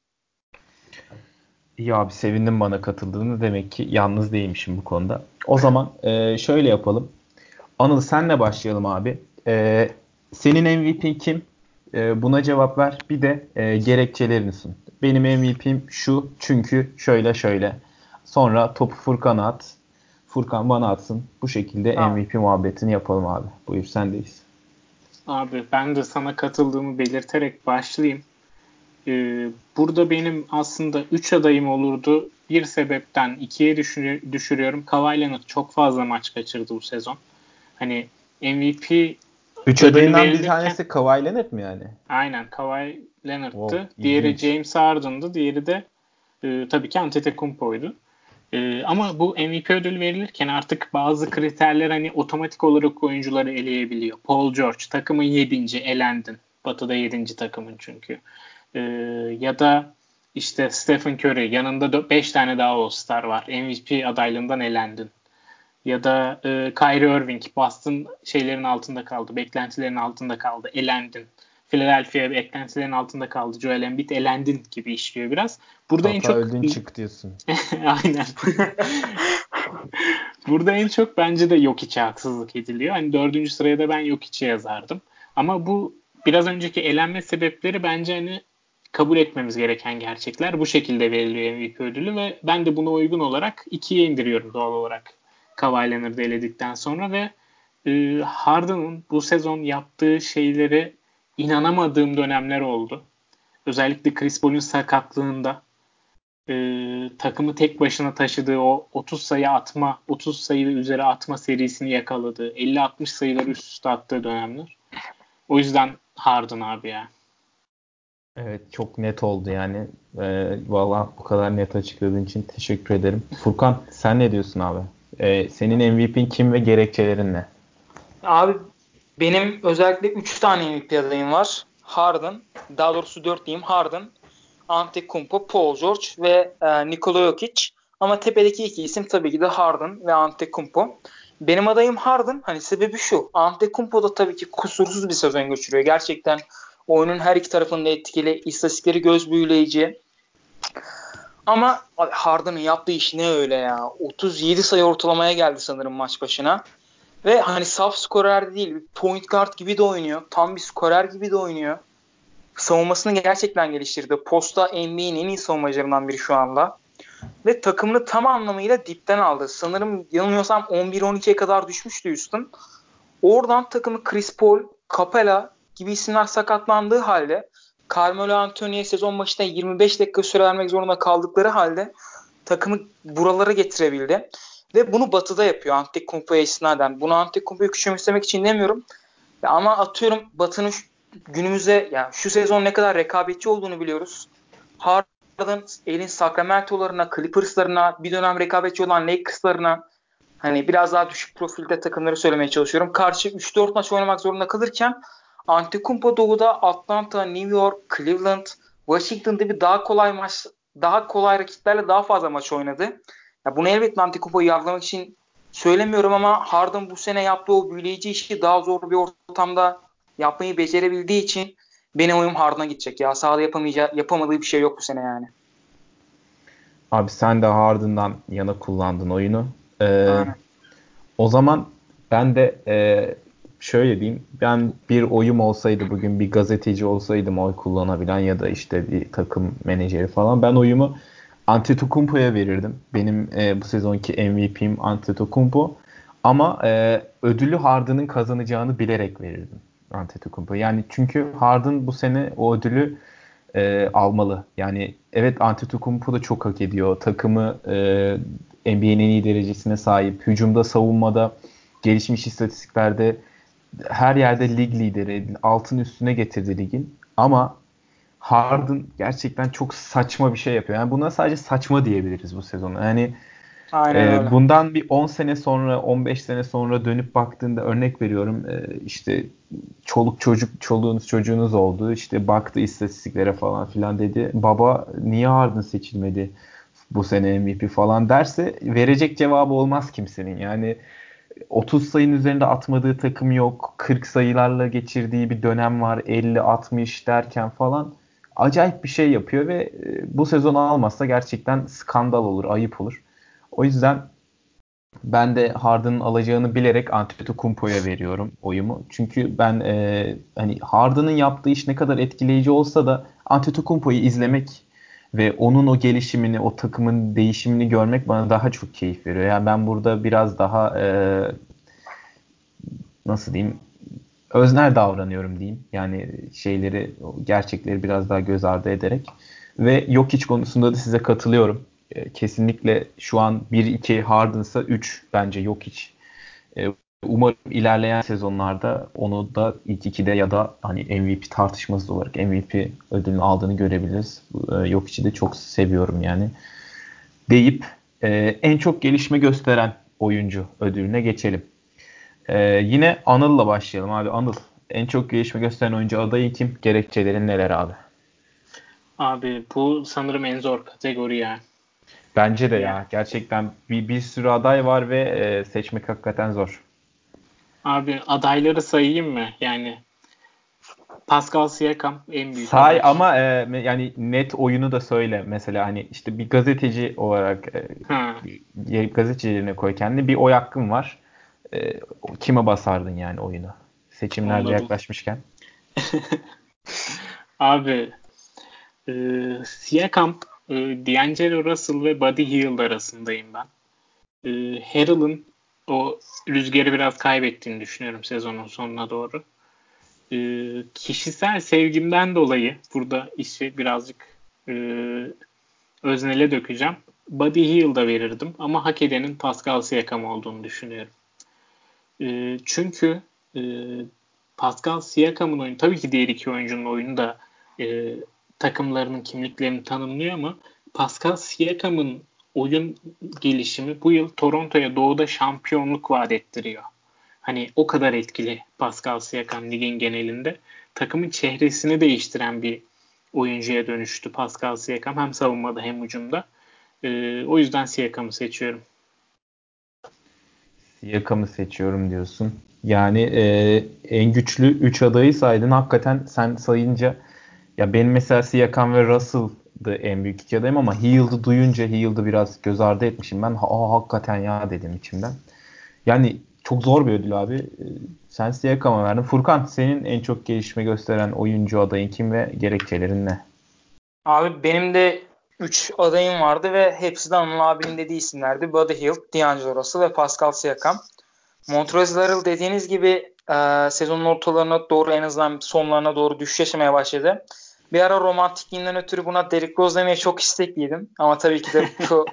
İyi abi, sevindim bana katıldığını. Demek ki yalnız değilmişim bu konuda. O zaman şöyle yapalım. Anıl, senle başlayalım abi. Senin MVP'in kim? Buna cevap ver. Bir de gerekçelerini sun. Benim MVP'm şu çünkü şöyle şöyle. Sonra topu Furkan'a at. Furkan bana atsın. Bu şekilde Tamam. MVP muhabbetini yapalım abi. Buyur sendeyiz. Abi ben de sana katıldığımı belirterek başlayayım. Burada benim aslında 3 adayım olurdu. Bir sebepten 2'ye düşürüyorum. Kawhi Leonard çok fazla maç kaçırdı bu sezon. Hani MVP 3 ödülü adayından bir verilirken tanesi Kawhi Leonard mı yani? aynen Kawhi Wow, Leonard'tı. Diğeri ilginç. James Harden'dı. Diğeri de tabii ki Antetokounmpo'ydu. Ama bu MVP ödülü verilirken artık bazı kriterler hani otomatik olarak oyuncuları eleyebiliyor. Paul George takımın 7. elendin. Batı'da 7. takımın çünkü. Ya da işte Stephen Curry yanında 5 tane daha All-Star var. MVP adaylığından elendin. Ya da Kyrie Irving Boston şeylerin altında kaldı. Beklentilerin altında kaldı. Elendin. Philadelphia beklentilerin altında kaldı. Joel Embiid elendin gibi işliyor biraz. Burada en Hata çok öldün çık diyorsun. aynen. Burada en çok bence de Jokic'e haksızlık ediliyor. Hani 4. sıraya da ben Jokic'e yazardım. Ama bu biraz önceki elenme sebepleri bence hani kabul etmemiz gereken gerçekler. Bu şekilde veriliyor MVP ödülü ve ben de buna uygun olarak 2'ye indiriyorum doğal olarak. Kawhi Leonard'ı eledikten sonra ve Harden'ın bu sezon yaptığı şeyleri inanamadığım dönemler oldu. Özellikle Chris Paul'un sakatlığında takımı tek başına taşıdığı o 30 sayı atma, 30 sayı ve üzeri atma serisini yakaladığı, 50-60 sayıları üst üste attığı dönemler. O yüzden Harden abi ya. Evet çok net oldu yani. Valla bu kadar net açıkladığın için teşekkür ederim. Furkan sen ne diyorsun abi? Senin MVP'in kim ve gerekçelerin ne? Abi benim özellikle 3 tane MVP adayım var. Harden, daha doğrusu 4 diyeyim. Harden, Antetokounmpo, Paul George ve Nikola Jokic. Ama tepedeki 2 isim tabii ki de Harden ve Antetokounmpo. Benim adayım Harden. Hani sebebi şu. Antetokounmpo da tabii ki kusursuz bir sezon geçiriyor. Gerçekten oyunun her iki tarafında etkili. İstatistikleri göz büyüleyici. Ama Harden'ın yaptığı iş ne öyle ya. 37 sayı ortalamaya geldi sanırım maç başına. Ve hani saf skorer değil, bir point guard gibi de oynuyor. Tam bir skorer gibi de oynuyor. Savunmasını gerçekten geliştirdi. Posta NBA'nin en iyi savunmacılarından biri şu anda. Ve takımını tam anlamıyla dipten aldı. Sanırım yanılmıyorsam 11-12'ye kadar düşmüştü Houston. Oradan takımı Chris Paul, Capela gibi isimler sakatlandığı halde Carmelo Anthony'ye sezon başında 25 dakika süre vermek zorunda kaldıkları halde takımı buralara getirebildi. Ve bunu Batı'da yapıyor Antetokounmpo'ya istinaden. Bunu Antetokounmpo'yu küçümsemek için demiyorum. Ama atıyorum Batı'nın günümüzde yani şu sezon ne kadar rekabetçi olduğunu biliyoruz. Harden elin Sacramento'larına, Clippers'larına, bir dönem rekabetçi olan Lakers'larına, hani biraz daha düşük profilde takımları söylemeye çalışıyorum. Karşı 3-4 maç oynamak zorunda kalırken Antetokounmpo doğuda Atlanta, New York, Cleveland, Washington gibi daha kolay rakiplerle daha fazla maç oynadı. Ya bunu elbette Antetokounmpo'yu yargılamak için söylemiyorum ama Harden bu sene yaptığı o büyüleyici işi daha zor bir ortamda yapmayı becerebildiği için benim oyum Harden'a gidecek ya. Sahada yapamadığı bir şey yok bu sene yani. Abi sen de Harden'dan yana kullandın oyunu. Ee, Aynen. O zaman ben de şöyle diyeyim. Ben bir oyum olsaydı bugün bir gazeteci olsaydım oy kullanabilen ya da işte bir takım menajeri falan ben oyumu Antetokounmpo'ya verirdim. Benim bu sezonki MVP'm Antetokounmpo. Ama ödülü Harden'ın kazanacağını bilerek verirdim Antetokounmpo. Yani çünkü Harden bu sene o ödülü almalı. Yani evet Antetokounmpo da çok hak ediyor. Takımı NBA'nin en iyi derecesine sahip. Hücumda, savunmada, gelişmiş istatistiklerde her yerde lig lideri. Altın üstüne getirdi ligin. Ama Harden gerçekten çok saçma bir şey yapıyor. Yani buna sadece saçma diyebiliriz bu sezon. Yani Aynen öyle. bundan bir 10 sene sonra, 15 sene sonra dönüp baktığında örnek veriyorum. İşte çoluğunuz çocuğunuz oldu. İşte baktı istatistiklere falan filan dedi. Baba niye Harden seçilmedi bu sene MVP falan derse verecek cevabı olmaz kimsenin. Yani 30 sayının üzerinde atmadığı takım yok. 40 sayılarla geçirdiği bir dönem var. 50-60 derken falan. Acayip bir şey yapıyor ve bu sezon almazsa gerçekten skandal olur, ayıp olur. O yüzden Ben de Harden'ın alacağını bilerek Antetokounmpo'ya veriyorum oyumu. Çünkü ben hani Harden'ın yaptığı iş ne kadar etkileyici olsa da Antetokounmpo'yu izlemek ve onun o gelişimini, o takımın değişimini görmek bana daha çok keyif veriyor. Yani ben burada biraz daha nasıl diyeyim, özner davranıyorum diyeyim. Yani şeyleri, gerçekleri biraz daha göz ardı ederek. Ve Jokic konusunda da size katılıyorum. Kesinlikle şu an 1-2 Harden'sa 3 bence Jokic. Umarım ilerleyen sezonlarda onu da ilk 2'de ya da hani MVP tartışmasız olarak MVP ödülünü aldığını görebiliriz. Jokic'i de çok seviyorum yani. Deyip en çok gelişme gösteren oyuncu ödülüne geçelim. Yine Anıl'la başlayalım abi. Anıl, en çok gelişme gösteren oyuncu adayı kim? Gerekçelerin neler abi? Abi bu sanırım en zor kategori ya. Bence de Ya. ya. Gerçekten bir sürü aday var ve seçmek hakikaten zor. Abi adayları sayayım mı? Yani Pascal Siakam en büyük Say aday. ama yani net oyunu da söyle. Mesela hani işte bir gazeteci olarak Ha, gazetecilerine koy kendini. Bir oy hakkın var. Kime basardın yani oyunu? Seçimlerde anladım. yaklaşmışken. Abi e, Siakam, D'Angelo Russell ve Buddy Hield arasındayım ben. Harrell'ın o rüzgarı biraz kaybettiğini düşünüyorum sezonun sonuna doğru. Kişisel sevgimden dolayı burada işi birazcık e, öznele dökeceğim. Buddy Hield'a verirdim ama hak edenin Pascal Siakam olduğunu düşünüyorum. Çünkü e, Pascal Siakam'ın oyunu, tabii ki diğer iki oyuncunun oyunu da e, takımlarının kimliklerini tanımlıyor ama Pascal Siakam'ın oyun gelişimi bu yıl Toronto'ya doğuda şampiyonluk vaat ettiriyor. Hani o kadar etkili Pascal Siakam ligin genelinde. Takımın çehresini değiştiren bir oyuncuya dönüştü Pascal Siakam. Hem savunmada hem hücumda. O yüzden Siakam'ı seçiyorum. Siakam'ı seçiyorum diyorsun. Yani en güçlü 3 adayı saydın. Hakikaten sen sayınca ya benim mesela Siakam ve Russell'dı en büyük iki adayım ama Hield'ı duyunca Hield'ı biraz göz ardı etmişim ben. Hakikaten ya dedim içimden. Yani çok zor bir ödül abi. Sen Siakam'a verdin. Furkan, senin en çok gelişme gösteren oyuncu adayın kim ve gerekçelerin ne? Abi benim de 3 adayım vardı ve hepsi de Anıl abinin dediği isimlerdi. Buddy Hield, D'Angelo Russell ve Pascal Siakam. Montrezl Harrell dediğiniz gibi sezonun ortalarına doğru, en azından sonlarına doğru düşüş yaşamaya başladı. Bir ara romantikliğinden ötürü buna Derrick Rose demeye çok istekliydim. Ama tabii ki de bu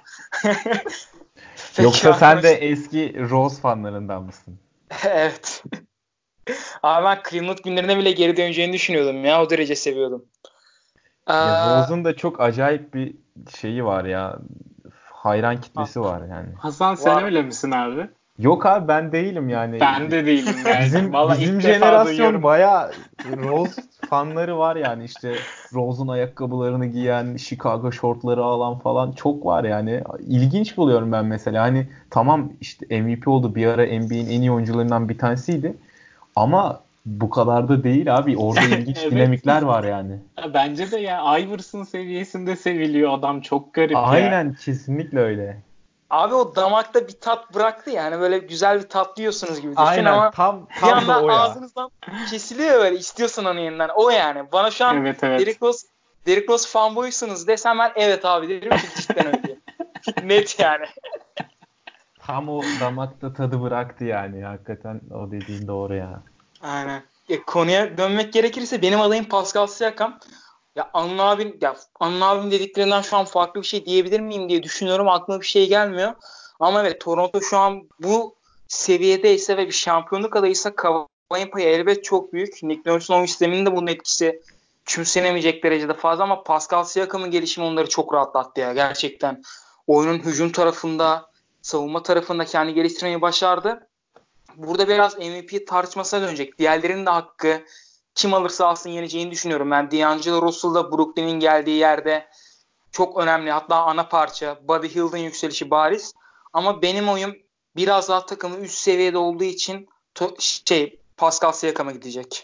pek Yoksa sen de yaklaşık. eski Rose fanlarından mısın? Evet. Abi ben Cleveland günlerine bile geri döneceğini düşünüyordum ya. O derece seviyordum. Ya Aa, Rose'un da çok acayip bir şeyi var ya. Hayran kitlesi var yani. Hasan sen var. öyle misin abi? Yok abi, ben değilim yani. Ben de değilim yani. Bizim Valla bizim ilk defa jenerasyon duyuyorum. bayağı Rose fanları var yani, işte Rose'un ayakkabılarını giyen, Chicago şortları alan falan çok var yani. İlginç buluyorum ben mesela. Hani tamam, işte MVP oldu, bir ara NBA'in en iyi oyuncularından bir tanesiydi. Ama bu kadar da değil abi. Orada ilginç Evet. dinamikler var yani. Bence de ya Iverson seviyesinde seviliyor adam. Çok garip ya. Aynen, kesinlikle öyle. Abi o damakta bir tat bıraktı yani, böyle güzel bir tat yiyorsunuz gibi düşün Aynen, ama bir tam da anda o ya. ağzınızdan kesiliyor, böyle istiyorsun onu yeniden. O yani. Bana şu an Evet, evet. Derrick Rose fanboysunuz desem ben evet abi derim, çünkü cidden öyle. Net yani. Tam o damakta tadı bıraktı yani. Hakikaten o dediğin doğru ya. Aynen. Konuya dönmek gerekirse benim adayım Pascal Siakam. Anıl abinin dediklerinden şu an farklı bir şey diyebilir miyim diye düşünüyorum. Aklıma bir şey gelmiyor. Ama evet, Toronto şu an bu seviyedeyse ve bir şampiyonluk adayıysa Kavai'nin payı elbet çok büyük. Nick Nurse'un oyun sisteminin de bunun etkisi küçümsenemeyecek derecede fazla, ama Pascal Siakam'ın gelişimi onları çok rahatlattı ya. Gerçekten oyunun hücum tarafında, savunma tarafında kendi geliştirmeyi başardı. Burada biraz MVP tartışmasına dönecek. Diğerlerinin de hakkı, kim alırsa alsın yeneceğini düşünüyorum. Ben D'Angelo Russell da Brooklyn'in geldiği yerde çok önemli. Hatta ana parça. Buddy Hield'ın yükselişi bariz. Ama benim oyum biraz daha takımın üst seviyede olduğu için Pascal Siakam'a gidecek.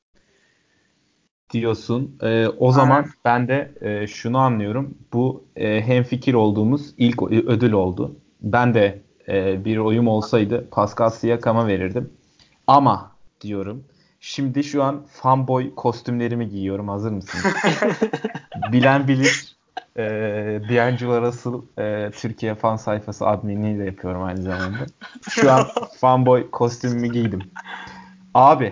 Diyorsun. O Aynen. zaman ben de şunu anlıyorum. Bu hemfikir olduğumuz ilk ödül oldu. Ben de bir oyum olsaydı Pascal Siakam'a verirdim. Ama diyorum. Şimdi şu an fanboy kostümlerimi giyiyorum. Hazır mısınız? Bilen bilir. D'Angelo Russell Türkiye fan sayfası adminliği de yapıyorum aynı zamanda. Şu an fanboy kostümümü giydim. Abi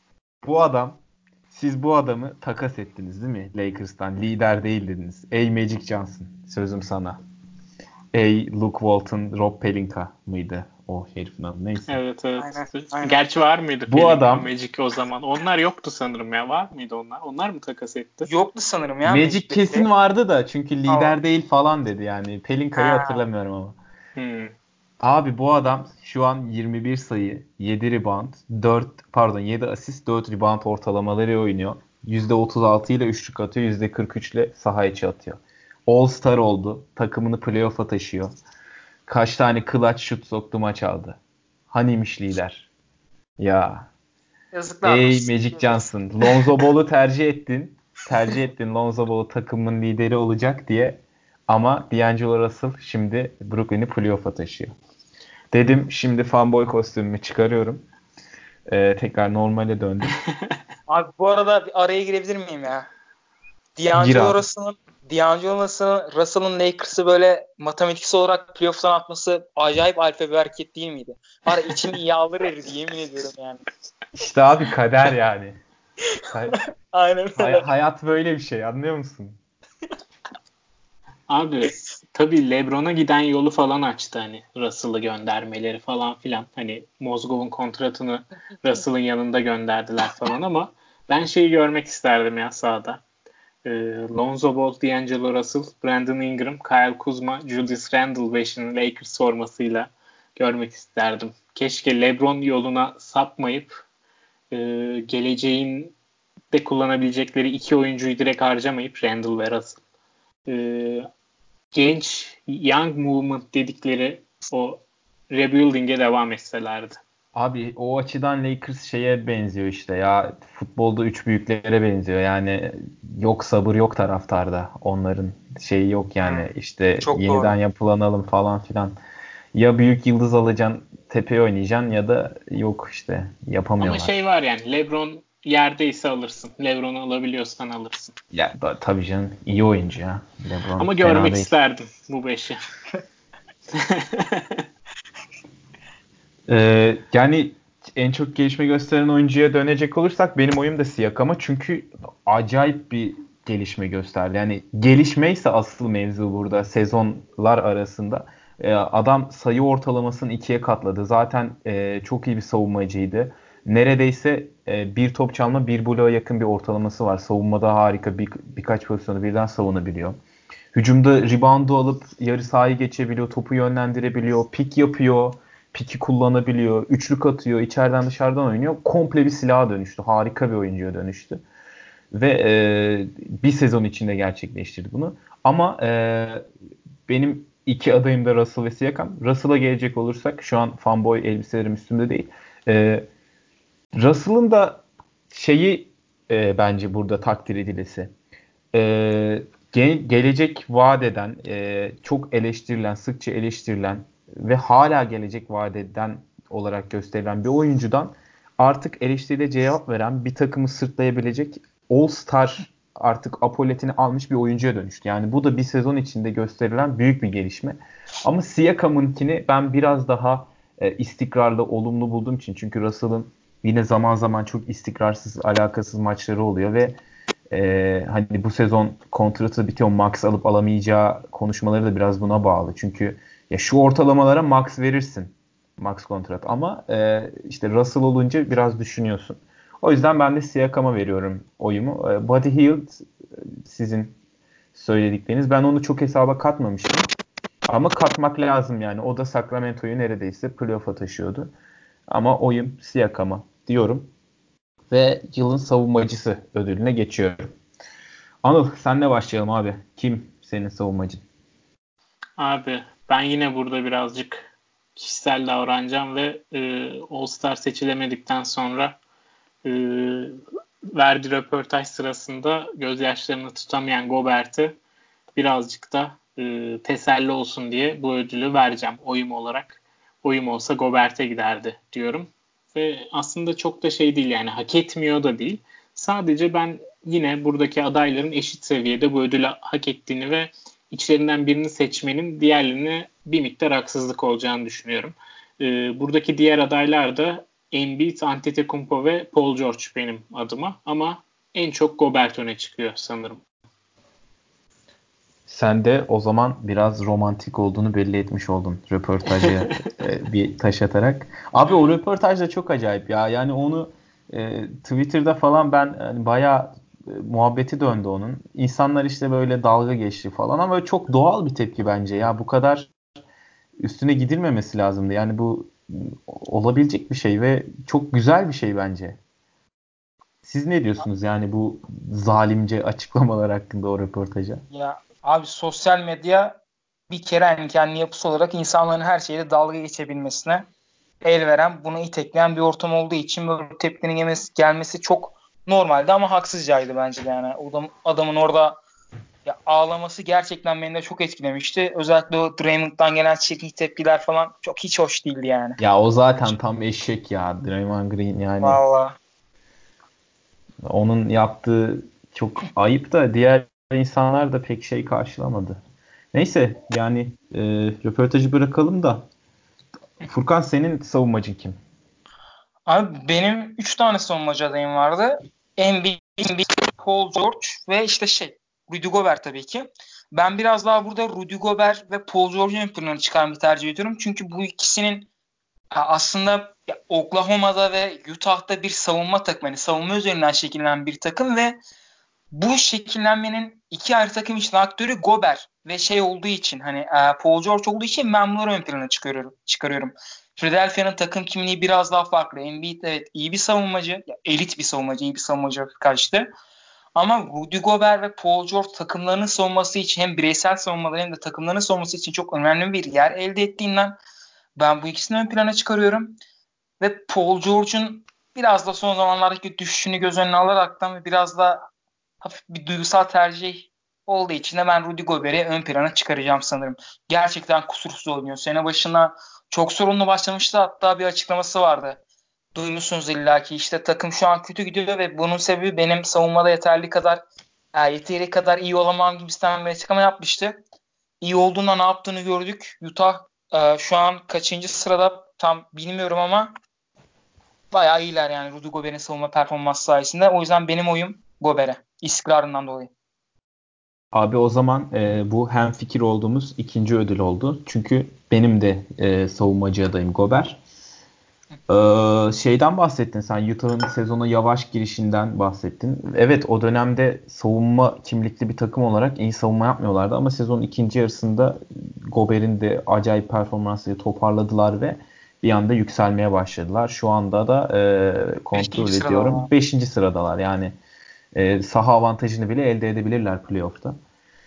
siz bu adamı takas ettiniz değil mi? Lakers'tan. Lider değil dediniz. Ey Magic Johnson. Sözüm sana. Ey Luke Walton, Rob Pelinka mıydı o herifin adı? Neyse. Evet. Aynen. Gerçi var mıydı Bu Pelinka, adam Magic o zaman? Onlar yoktu sanırım ya. Var mıydı onlar? Onlar mı takas etti? Yoktu sanırım ya. Magic Magic'te. kesin vardı da çünkü lider Aa. değil falan dedi yani. Pelinka'yı Ha. hatırlamıyorum ama. Hmm. Abi bu adam şu an 21 sayı, 7 rebound, 7 asist, 4 rebound ortalamaları oynuyor. %36 ile üçlük atıyor, %43 ile saha içi atıyor. All Star oldu. Takımını playoff'a taşıyor. Kaç tane clutch şut soktu, maç aldı. Haniymiş lider? Ya. Yazıklar Ey olsun. Magic Johnson. Lonzo Ball'u tercih ettin. Tercih ettin Lonzo Ball'u takımın lideri olacak diye. Ama D'Angelo Russell şimdi Brooklyn'i playoff'a taşıyor. Dedim şimdi fanboy kostümümü çıkarıyorum. Tekrar normale döndüm. Abi bu arada bir araya girebilir miyim ya? Gir abi. Russell'ın Lakers'ı böyle matematiksel olarak playoff'tan atması acayip alfa bir hareket değil miydi? Var içim yağlar eridi yemin ediyorum yani. İşte abi kader yani. Aynen öyle. Hayat böyle bir şey, anlıyor musun? Abi tabii LeBron'a giden yolu falan açtı hani Russell'ı göndermeleri falan filan. Hani Mozgov'un kontratını Russell'ın yanında gönderdiler falan ama ben şeyi görmek isterdim ya sahada. Lonzo Ball, D'Angelo Russell, Brandon Ingram, Kyle Kuzma, Julius Randle 5'inin Lakers formasıyla görmek isterdim. Keşke LeBron yoluna sapmayıp geleceğin de kullanabilecekleri iki oyuncuyu direkt harcamayıp Randle ve Russell. Genç young movement dedikleri o rebuilding'e devam etselerdi. Abi o açıdan Lakers şeye benziyor işte ya, futbolda üç büyüklere benziyor yani, yok sabır yok taraftarda, onların şeyi yok yani, işte Çok yeniden doğru. yapılanalım falan filan, ya büyük yıldız alacaksın tepeye oynayacaksın ya da yok işte Ama şey yapamıyorlar. var yani LeBron yerdeyse alırsın. LeBron'u alabiliyorsan alırsın. Ya tabii canım, iyi oyuncu ya LeBron, Ama fena görmek değil. isterdim bu beşi. Yani en çok gelişme gösteren oyuncuya dönecek olursak benim oyum da Siakam'a, çünkü acayip bir gelişme gösterdi. Yani gelişmeyse asıl mevzu burada sezonlar arasında. Adam sayı ortalamasını ikiye katladı. Zaten çok iyi bir savunmacıydı. Neredeyse bir top çalma bir bloğa yakın bir ortalaması var. Savunmada harika, birkaç pozisyonu birden savunabiliyor. Hücumda reboundu alıp yarı sahayı geçebiliyor, topu yönlendirebiliyor, pik yapıyor, piki kullanabiliyor, üçlük atıyor, içeriden dışarıdan oynuyor. Komple bir silaha dönüştü. Harika bir oyuncuya dönüştü. Ve bir sezon içinde gerçekleştirdi bunu. Ama benim iki adayım da Russell ve Siakam. Russell'a gelecek olursak, şu an fanboy elbiselerim üstümde değil. E, Russell'ın da şeyi bence burada takdir edilesi. E, Gelecek vaat eden, çok eleştirilen, sıkça eleştirilen ve hala gelecek vaat eden olarak gösterilen bir oyuncudan artık eleştiriyle cevap veren, bir takımı sırtlayabilecek, All Star artık apoletini almış bir oyuncuya dönüştü. Yani bu da bir sezon içinde gösterilen büyük bir gelişme. Ama Siakam'ınkini ben biraz daha istikrarlı, olumlu bulduğum için, çünkü Russell'ın yine zaman zaman çok istikrarsız, alakasız maçları oluyor ve hani bu sezon kontratı bitiyor, max alıp alamayacağı konuşmaları da biraz buna bağlı. Çünkü ya şu ortalamalara max verirsin, max kontrat, ama işte Russell olunca biraz düşünüyorsun. O yüzden ben de Siakam'a veriyorum oyumu. Buddy Hield, sizin söyledikleriniz, ben onu çok hesaba katmamıştım. Ama katmak lazım yani. O da Sacramento'yu neredeyse playoff'a taşıyordu. Ama oyum Siakam'a diyorum. Ve yılın savunmacısı ödülüne geçiyorum. Anıl, senle başlayalım abi. Kim senin savunmacın? Abi ben yine burada birazcık kişisel davranacağım ve All Star seçilemedikten sonra e, verdiği röportaj sırasında gözyaşlarını tutamayan Gobert'e birazcık da teselli olsun diye bu ödülü vereceğim oyum olarak. oyum olsa Gobert'e giderdi diyorum. Ve aslında çok da şey değil yani hak etmiyor da değil. Sadece ben yine buradaki adayların eşit seviyede bu ödülü hak ettiğini ve içlerinden birini seçmenin diğerlerine bir miktar haksızlık olacağını düşünüyorum. Buradaki diğer adaylar da Embiid, Antetokounmpo ve Paul George benim adıma ama en çok Gobert öne çıkıyor sanırım. Sen de o zaman biraz romantik olduğunu belli etmiş oldun röportajı bir taş atarak. Abi o röportaj da çok acayip ya. Yani onu Twitter'da falan ben hani bayağı muhabbeti döndü onun. İnsanlar işte böyle dalga geçti falan ama çok doğal bir tepki bence ya. Bu kadar üstüne gidilmemesi lazımdı. Yani bu olabilecek bir şey ve çok güzel bir şey bence. Siz ne diyorsunuz yani bu zalimce açıklamalar hakkında o röportaja? Ya abi sosyal medya bir kere hani kendi yapısı olarak insanların her şeyle dalga geçebilmesine el veren, bunu itekleyen bir ortam olduğu için böyle tepkinin gelmesi çok normaldi ama haksızcaydı bence de yani. Adamın orada ya ağlaması gerçekten beni de çok etkilemişti. Özellikle o Draymond'dan gelen çirkin tepkiler falan çok hiç hoş değildi yani. Ya o zaten tam eşek ya Draymond Green yani Vallahi. onun yaptığı çok ayıp da diğer insanlar da pek şey karşılamadı. Neyse yani röportajı bırakalım da Furkan senin savunmacın kim? Abi benim 3 tane savunmacı adayım vardı. Embiid, Paul George ve işte Rudy Gobert tabii ki. Ben biraz daha burada Rudy Gobert ve Paul George'un ön plana çıkarmayı tercih ediyorum. Çünkü bu ikisinin aslında Oklahoma'da ve Utah'ta bir savunma takımı. Yani savunma üzerinden şekillenen bir takım ve bu şekillenmenin iki ayrı takım için aktörü Gobert ve olduğu için hani Paul George olduğu için ben bunları ön plana çıkarıyorum. Philadelphia'nın takım kimliği biraz daha farklı. Embiid evet iyi bir savunmacı, elit bir savunmacı, iyi bir savunmacı kaçtı. Ama Rudy Gobert ve Paul George takımlarının savunması için hem bireysel savunmaları hem de takımlarının savunması için çok önemli bir yer elde ettiğinden ben bu ikisini ön plana çıkarıyorum. Ve Paul George'un biraz da son zamanlardaki düşüşünü göz önüne alaraktan ve biraz da hafif bir duygusal tercih olduğu için de ben Rudy Gobert'i ön plana çıkaracağım sanırım. Gerçekten kusursuz oynuyor. Sene başına çok sorunlu başlamıştı. Hatta bir açıklaması vardı. Duymuşsunuz illaki işte takım şu an kötü gidiyor ve bunun sebebi benim savunmada yeteri kadar iyi olamam gibisinden bir açıklama yapmıştı. İyi olduğunda ne yaptığını gördük. Utah şu an kaçıncı sırada tam bilmiyorum ama bayağı iyiler yani Rudy Gobert'in savunma performansı sayesinde. O yüzden benim oyum Gobert'e. İstikrarından dolayı. Abi o zaman bu hemfikir olduğumuz ikinci ödül oldu. Çünkü benim de savunmacı adayım Gobert. Şeyden bahsettin sen Utah'ın sezona yavaş girişinden bahsettin. Evet o dönemde savunma kimlikli bir takım olarak iyi savunma yapmıyorlardı ama sezonun ikinci yarısında Gobert'in de acayip performansıyla toparladılar ve bir anda yükselmeye başladılar. Şu anda da kontrol Beşinci sırada ediyorum. ama. Beşinci sıradalar yani saha avantajını bile elde edebilirler playoff'ta.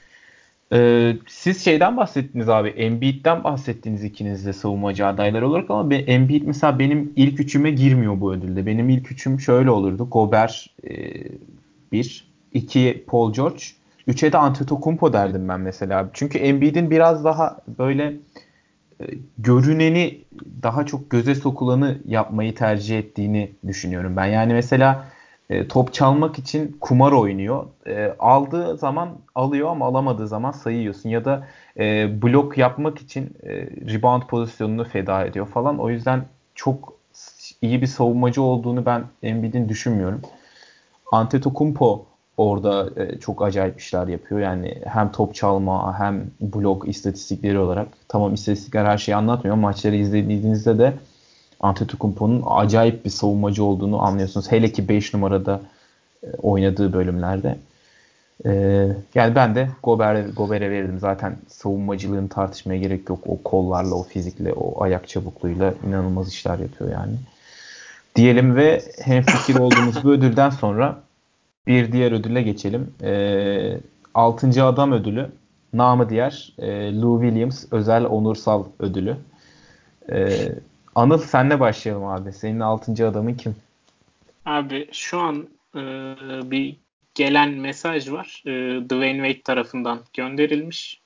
Siz şeyden bahsettiniz abi. Embiid'den bahsettiniz ikiniz de savunmacı adayları olarak ama Embiid mesela benim ilk üçüme girmiyor bu ödülde. Benim ilk üçüm şöyle olurdu. Gobert 1, 2 Paul George, 3'e de Antetokounmpo derdim ben mesela. Çünkü Embiid'in biraz daha böyle görüneni daha çok göze sokulanı yapmayı tercih ettiğini düşünüyorum ben. Yani mesela top çalmak için kumar oynuyor. Aldığı zaman alıyor ama alamadığı zaman sayıyorsun. Ya da blok yapmak için rebound pozisyonunu feda ediyor falan. O yüzden çok iyi bir savunmacı olduğunu ben Embiid'in düşünmüyorum. Antetokounmpo orada çok acayip işler yapıyor. Yani hem top çalma hem blok istatistikleri olarak. Tamam istatistikler her şeyi anlatmıyor. Maçları izlediğinizde de Antetokounmpo'nun acayip bir savunmacı olduğunu anlıyorsunuz. Hele ki 5 numarada oynadığı bölümlerde. E, Yani ben de Gobert'e verirdim. Zaten savunmacılığını tartışmaya gerek yok. O kollarla, o fizikle, o ayak çabukluğuyla inanılmaz işler yapıyor yani. Diyelim ve hemfikir olduğumuz bu ödülden sonra bir diğer ödüle geçelim. 6. Adam ödülü. Namı diğer Lou Williams özel onursal ödülü. Ee, Anıl senle başlayalım abi. Senin 6. adamın kim? Abi şu an bir gelen mesaj var. Dwayne Wade tarafından gönderilmiş.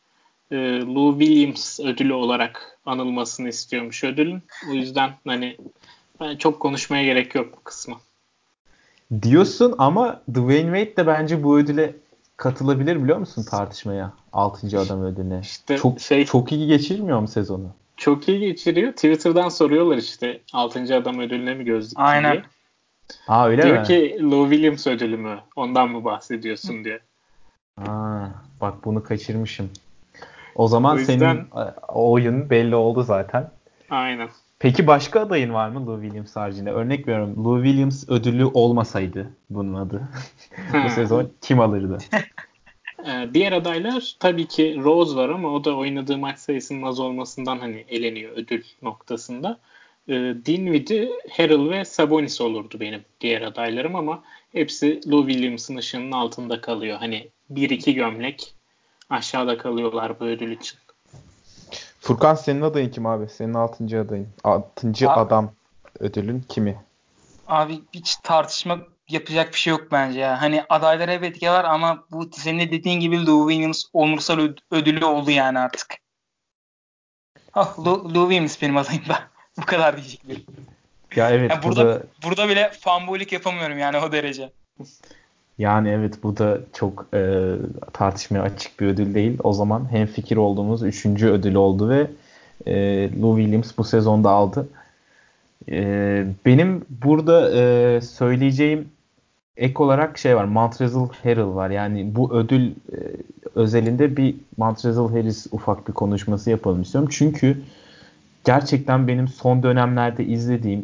Lou Williams ödülü olarak anılmasını istiyormuş ödülün. O yüzden hani ben çok konuşmaya gerek yok bu kısmı. Diyorsun ama Dwayne Wade de bence bu ödüle katılabilir biliyor musun tartışmaya? 6. adam ödülüne. İşte çok iyi geçirmiyor mu sezonu? Çok iyi geçiriyor. Twitter'dan soruyorlar işte 6. adam ödülüne mi gözlük diye. Aa öyle diyor mi? ki Lou Williams ödülü mü? Ondan mı bahsediyorsun diye. Aa, bak bunu kaçırmışım. O zaman O yüzden, senin oyun belli oldu zaten. Aynen. Peki başka adayın var mı Lou Williams haricinde? Örnek veriyorum. Lou Williams ödülü olmasaydı bunun adı. Bu sezon kim alırdı? Diğer adaylar tabii ki Rose var ama o da oynadığı maç sayısının az olmasından hani eleniyor ödül noktasında. Dinwiddie, Harrell ve Sabonis olurdu benim diğer adaylarım ama hepsi Lou Williams'ın ışığının altında kalıyor. Hani 1-2 gömlek aşağıda kalıyorlar bu ödül için. Furkan senin adayın kim abi? Senin 6. adayın. 6. adam ödülün kimi? Abi hiç tartışma yapacak bir şey yok bence ya. Hani adaylar evet var ama bu senin de dediğin gibi Lou Williams onursal ödülü oldu yani artık. Lou Williams benim adayım da. Bu kadar diyeceklerim. Ya evet Yani bu da burada bile fanboylik yapamıyorum yani o derece. yani evet bu da çok tartışmaya açık bir ödül değil. O zaman hemfikir olduğumuz 3. ödül oldu ve Lou Williams bu sezonda aldı. Benim burada söyleyeceğim ek olarak şey var. Montrezl Harrell var. Yani bu ödül özelinde bir Montrezl Harris ufak bir konuşması yapalım istiyorum. Çünkü gerçekten benim son dönemlerde izlediğim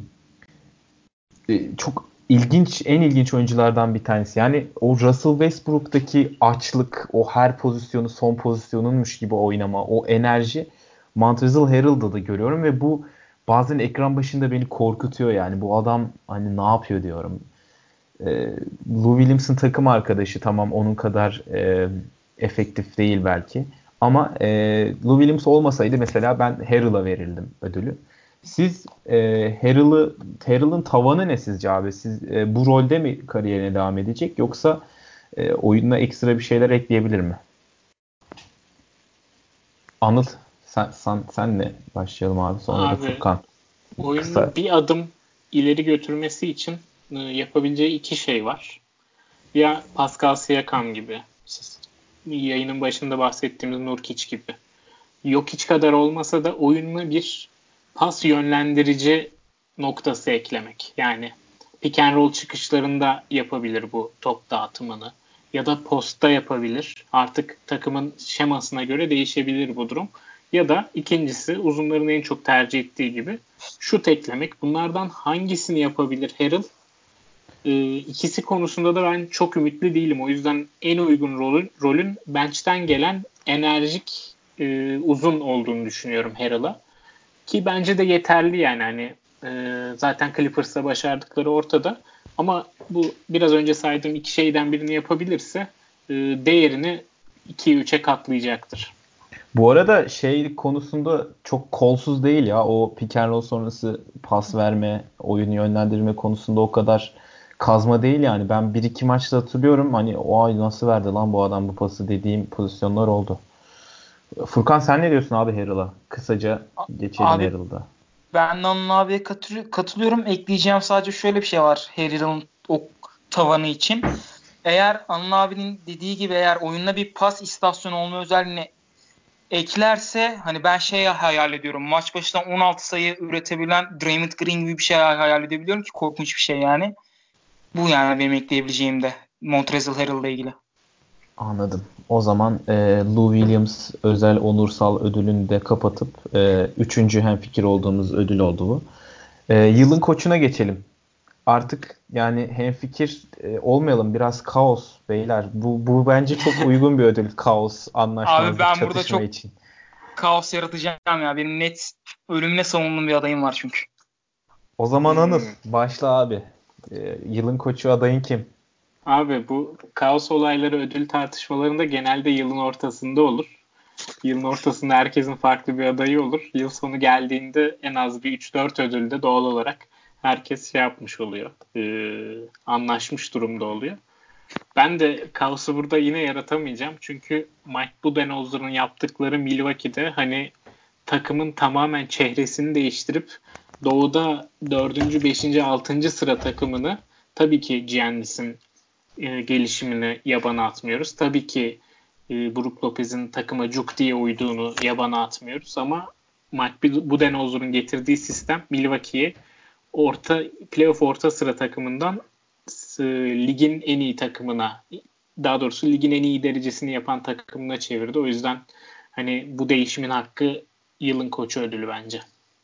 çok en ilginç oyunculardan bir tanesi. Yani o Russell Westbrook'taki açlık, o her pozisyonu son pozisyonunmuş gibi oynama, o enerji Montrezl Harrell'da da görüyorum ve bu bazen ekran başında beni korkutuyor yani. Bu adam hani ne yapıyor diyorum. Lou Williams'ın takım arkadaşı tamam onun kadar efektif değil belki. Ama Lou Williams olmasaydı mesela ben Harrell'a verirdim ödülü. Siz Harrell'ın tavanı ne sizce abi? Siz bu rolde mi kariyerine devam edecek yoksa oyununa ekstra bir şeyler ekleyebilir mi? Anıl senle başlayalım abi sonra da Abi Furkan. Kısa. oyunu bir adım ileri götürmesi için yapabileceği iki şey var. Ya Pascal Siakam gibi, yayının başında bahsettiğimiz Nurkic gibi. Jokic kadar olmasa da oyununa bir pas yönlendirici noktası eklemek. Yani pick and roll çıkışlarında yapabilir bu top dağıtımını. Ya da postta yapabilir. Artık takımın şemasına göre değişebilir bu durum. Ya da ikincisi uzunların en çok tercih ettiği gibi şut eklemek. Bunlardan hangisini yapabilir Harrell? İkisi konusunda da ben çok ümitli değilim. O yüzden en uygun rolün bench'ten gelen enerjik uzun olduğunu düşünüyorum Harrell'a. Ki bence de yeterli yani hani zaten Clippers'ta başardıkları ortada. Ama bu biraz önce saydığım iki şeyden birini yapabilirse değerini 2'ye 3'e katlayacaktır. Bu arada şey konusunda çok kolsuz değil ya. O pick and roll sonrası pas verme, oyunu yönlendirme konusunda o kadar kazma değil yani. Ben bir iki maçta hatırlıyorum. Hani o ay nasıl verdi lan bu adam bu pası dediğim pozisyonlar oldu. Furkan sen ne diyorsun abi Harrell'a? Kısaca geçelim Abi Harrell'da. ben Anıl abiye katılıyorum. Ekleyeceğim sadece şöyle bir şey var Harrell'ın o tavanı için. Eğer Anıl abinin dediği gibi eğer oyunda bir pas istasyonu olma özelliğini eklerse hani ben şey hayal ediyorum. Maç başına 16 sayı üretebilen Draymond Green gibi bir şey hayal edebiliyorum ki korkunç bir şey yani. Bu yani benim ekleyebileceğim de Montrezl Harrell'la ilgili. Anladım. O zaman Lou Williams özel onursal ödülünü de kapatıp üçüncü hemfikir olduğumuz ödül oldu bu. Yılın koçuna geçelim. Artık yani hemfikir olmayalım. Biraz kaos beyler. Bu bence çok uygun bir ödül. Kaos, Abi anlaşmazlık, ben burada çatışma çok için. kaos yaratacağım ya. Benim net ölümüne savunduğum bir adayım var çünkü. O zaman Anıl başla abi. Yılın koçu adayın kim? Abi bu kaos olayları ödül tartışmalarında genelde yılın ortasında olur. Yılın ortasında herkesin farklı bir adayı olur. Yıl sonu geldiğinde en az bir 3-4 ödülde doğal olarak herkes şey yapmış oluyor. Anlaşmış durumda oluyor. Ben de kaosu burada yine yaratamayacağım. Çünkü Mike Budenholzer'ın yaptıkları Milwaukee'de hani takımın tamamen çehresini değiştirip Doğu'da 4. 5. 6. sıra takımını, tabii ki Giannis'in gelişimini yabana atmıyoruz. Tabii ki Brook Lopez'in takıma cuk diye uyduğunu yabana atmıyoruz ama Mike Budenholzer'ın getirdiği sistem Milwaukee'yi playoff orta sıra takımından ligin en iyi takımına, daha doğrusu ligin en iyi derecesini yapan takımına çevirdi. O yüzden hani bu değişimin hakkı yılın koçu ödülü bence.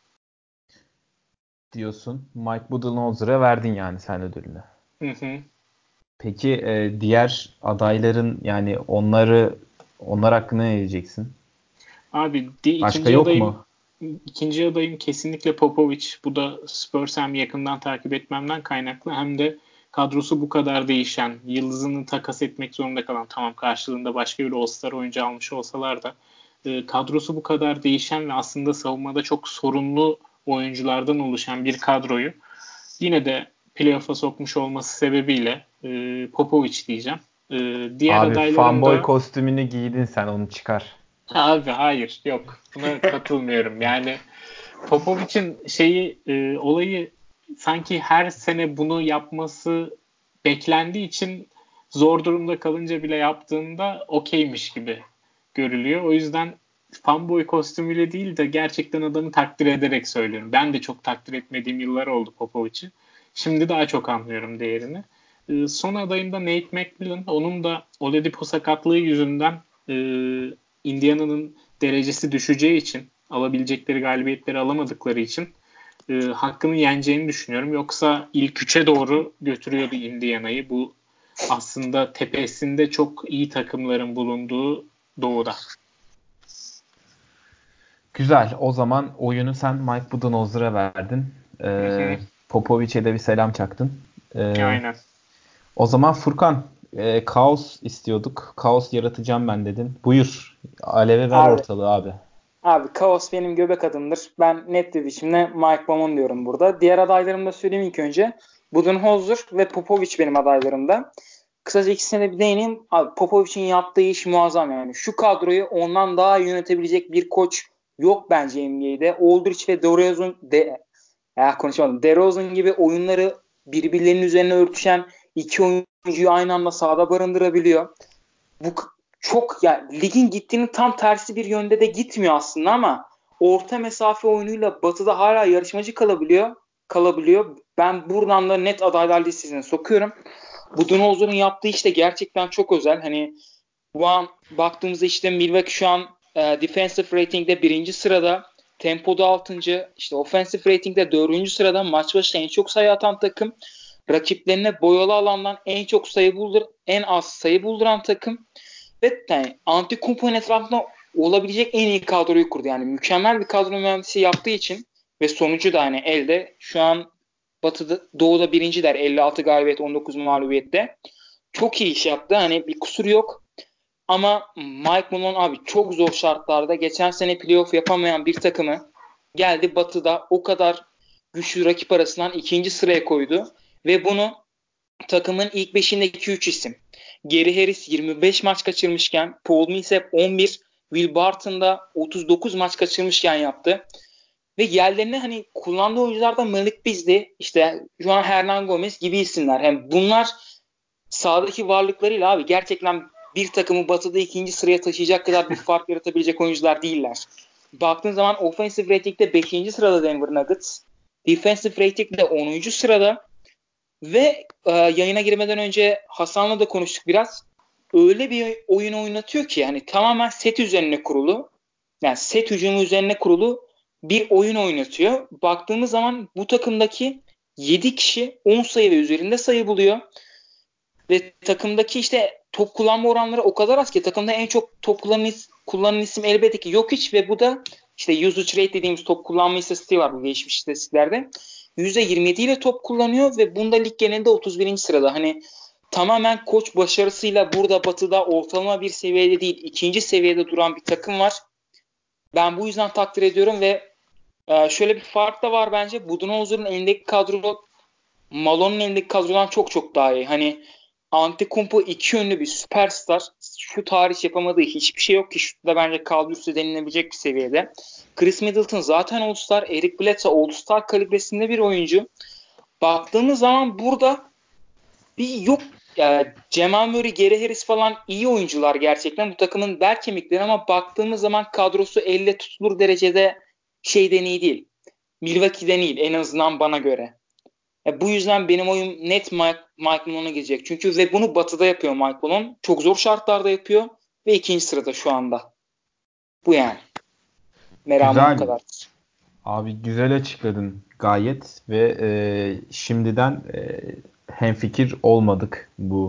Diyorsun. Mike Budenholzer'a verdin yani sen ödülünü. Hı hı. Peki diğer adayların, yani onlar hakkında ne diyeceksin? Abi Başka yok mu? İkinci adayım kesinlikle Popovich. Bu da Spurs hem yakından takip etmemden kaynaklı hem de kadrosu bu kadar değişen, yıldızını takas etmek zorunda kalan, tamam karşılığında başka bir All-Star oyuncu almış olsalar da kadrosu bu kadar değişen ve aslında savunmada çok sorunlu oyunculardan oluşan bir kadroyu yine de playoff'a sokmuş olması sebebiyle Popovich diyeceğim. Diğer Abi adaylarım fanboy da kostümünü giydin sen, onu çıkar. abi hayır yok. Buna katılmıyorum. Yani Popovic'in olayı sanki her sene bunu yapması beklendiği için zor durumda kalınca bile yaptığında okeymiş gibi görülüyor. O yüzden fanboy kostümüyle değil de gerçekten adamı takdir ederek söylüyorum. Ben de çok takdir etmediğim yıllar oldu Popovic'i. Şimdi daha çok anlıyorum değerini. Son adayım da Nate McMillan. Onun da Oladipo sakatlığı yüzünden Indiana'nın derecesi düşeceği için, alabilecekleri galibiyetleri alamadıkları için hakkını yeneceğini düşünüyorum. Yoksa ilk üçe doğru götürüyordu Indiana'yı. Bu aslında tepesinde çok iyi takımların bulunduğu Doğu'da. Güzel. O zaman oyunu sen Mike Budenholzer'a verdin. Popovic'e de bir selam çaktın. Aynen. O zaman Furkan, kaos istiyorduk. Kaos yaratacağım ben dedin. Buyur. Aleve ver Abi, ortalığı abi. abi kaos benim göbek adımdır. Ben net bir biçimde Mike Bamon diyorum burada. Diğer adaylarımı da söyleyeyim ilk önce. Budenholzer ve Popovich benim adaylarımda. Kısaca ikisine de bir değineyim. Abi Popovic'in yaptığı iş muazzam yani. Şu kadroyu ondan daha iyi yönetebilecek bir koç yok bence NBA'de. Aldridge ve DeRozan gibi oyunları birbirlerinin üzerine örtüşen iki oyuncuyu aynı anda sahada barındırabiliyor. Bu çok yani ligin gittiğinin tam tersi bir yönde de gitmiyor aslında ama orta mesafe oyunuyla Batı'da hala yarışmacı kalabiliyor. Ben buradan da net adaylar listesine sokuyorum. Budenholzer'ın yaptığı işte gerçekten çok özel. Hani bu an baktığımızda işte Milwaukee şu an defensive rating'de 1. sırada, tempoda 6. işte offensive rating'de 4. sırada, maç başına en çok sayı atan takım. Rakiplerine boyalı alandan en az sayı bulduran takım. Ve yani Antetokounmpo'nun etrafında olabilecek en iyi kadroyu kurdu. Yani mükemmel bir kadro mühendisi yaptığı için ve sonucu da hani elde. Şu an Doğu'da birinciler 56 galibiyet 19 mağlubiyette. Çok iyi iş yaptı. Hani bir kusur yok. Ama Mike Malone abi çok zor şartlarda geçen sene playoff yapamayan bir takımı geldi Batı'da o kadar güçlü rakip arasından 2. sıraya koydu. Ve bunu takımın ilk 5'indeki 3 isim. Gary Harris 25 maç kaçırmışken, Paul Millsap 11, Will Barton da 39 maç kaçırmışken yaptı. Ve yerlerine hani kullandığı oyunculardan Malik Beasley, işte Juan Hernan Gomez gibi isimler. Hem bunlar sahadaki varlıklarıyla abi gerçekten bir takımı Batı'da 2. sıraya taşıyacak kadar bir fark yaratabilecek oyuncular değiller. Baktığın zaman offensive rating'de 5. sırada Denver Nuggets, defensive rating'de 10. sırada ve yayına girmeden önce Hasan'la da konuştuk biraz. Öyle bir oyun oynatıyor ki yani tamamen set üzerine kurulu, yani set hücumu üzerine kurulu bir oyun oynatıyor. Baktığımız zaman bu takımdaki 7 kişi 10 sayı ve üzerinde sayı buluyor. Ve takımdaki işte top kullanma oranları o kadar az ki takımda en çok top kullanan isim elbette ki Jokic ve bu da işte usage rate dediğimiz top kullanma istatistiği var bu gelişmiş istatistiklerde. %27 ile top kullanıyor ve bunda lig genelinde 31. sırada. Hani tamamen koç başarısıyla burada Batı'da ortalama bir seviyede değil 2. seviyede duran bir takım var. Ben bu yüzden takdir ediyorum ve şöyle bir fark da var bence. Budenholzer'ın elindeki kadro Malone'un elindeki kadrodan çok çok daha iyi. Hani Antetokounmpo iki yönlü bir süperstar. Şu tarih yapamadığı hiçbir şey yok ki. Şutta bence kaldı üstü denilebilecek bir seviyede. Chris Middleton zaten All-Star. Eric Bledsoe All-Star kalibresinde bir oyuncu. Baktığımız zaman burada bir yok. Yani Jamal Murray, Gary Harris falan iyi oyuncular gerçekten. Bu takımın bel kemikleri ama baktığımız zaman kadrosu elle tutulur derecede şeyden iyi değil. Milwaukee'den iyi en azından bana göre. Bu yüzden benim oyum net Mike Malone'a gidecek. Çünkü ve bunu Batı'da yapıyor Mike Malone. Çok zor şartlarda yapıyor ve ikinci sırada şu anda. Bu yani. Meramım bu Güzel. kadar. Abi güzel açıkladın gayet ve şimdiden hemfikir olmadık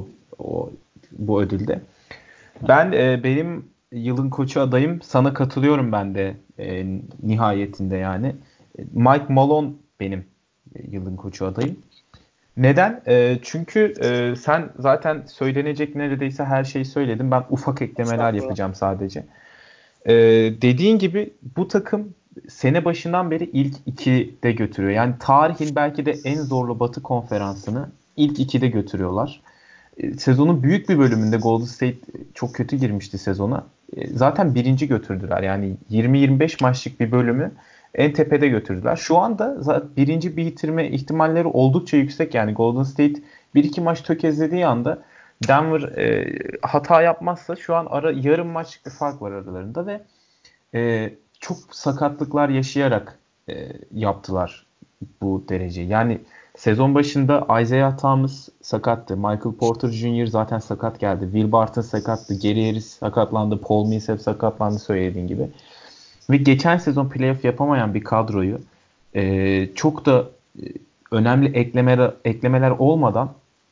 bu ödülde. Ben benim yılın koçu adayım. Sana katılıyorum ben de nihayetinde yani. Mike Malone benim yılın koçu adayım. Neden? Çünkü sen zaten söylenecek neredeyse her şeyi söyledin. Ben ufak eklemeler Estağfurullah. yapacağım sadece. Dediğin gibi bu takım sene başından beri ilk 2'de götürüyor. Yani tarihin belki de en zorlu Batı konferansını ilk 2'de götürüyorlar. Sezonun büyük bir bölümünde Golden State çok kötü girmişti sezona. Zaten birinci götürdüler. Yani 20-25 maçlık bir bölümü en tepede götürdüler. Şu anda birinci bitirme ihtimalleri oldukça yüksek. Yani Golden State 1-2 maç tökezlediği anda Denver hata yapmazsa şu an yarım maçlık bir fark var aralarında ve çok sakatlıklar yaşayarak yaptılar bu dereceyi. Yani sezon başında Isaiah Thomas sakattı. Michael Porter Jr. zaten sakat geldi. Will Barton sakattı. Gary Harris sakatlandı. Paul Millsap sakatlandı söylediğin gibi. Ve geçen sezon playoff yapamayan bir kadroyu çok da önemli eklemeler olmadan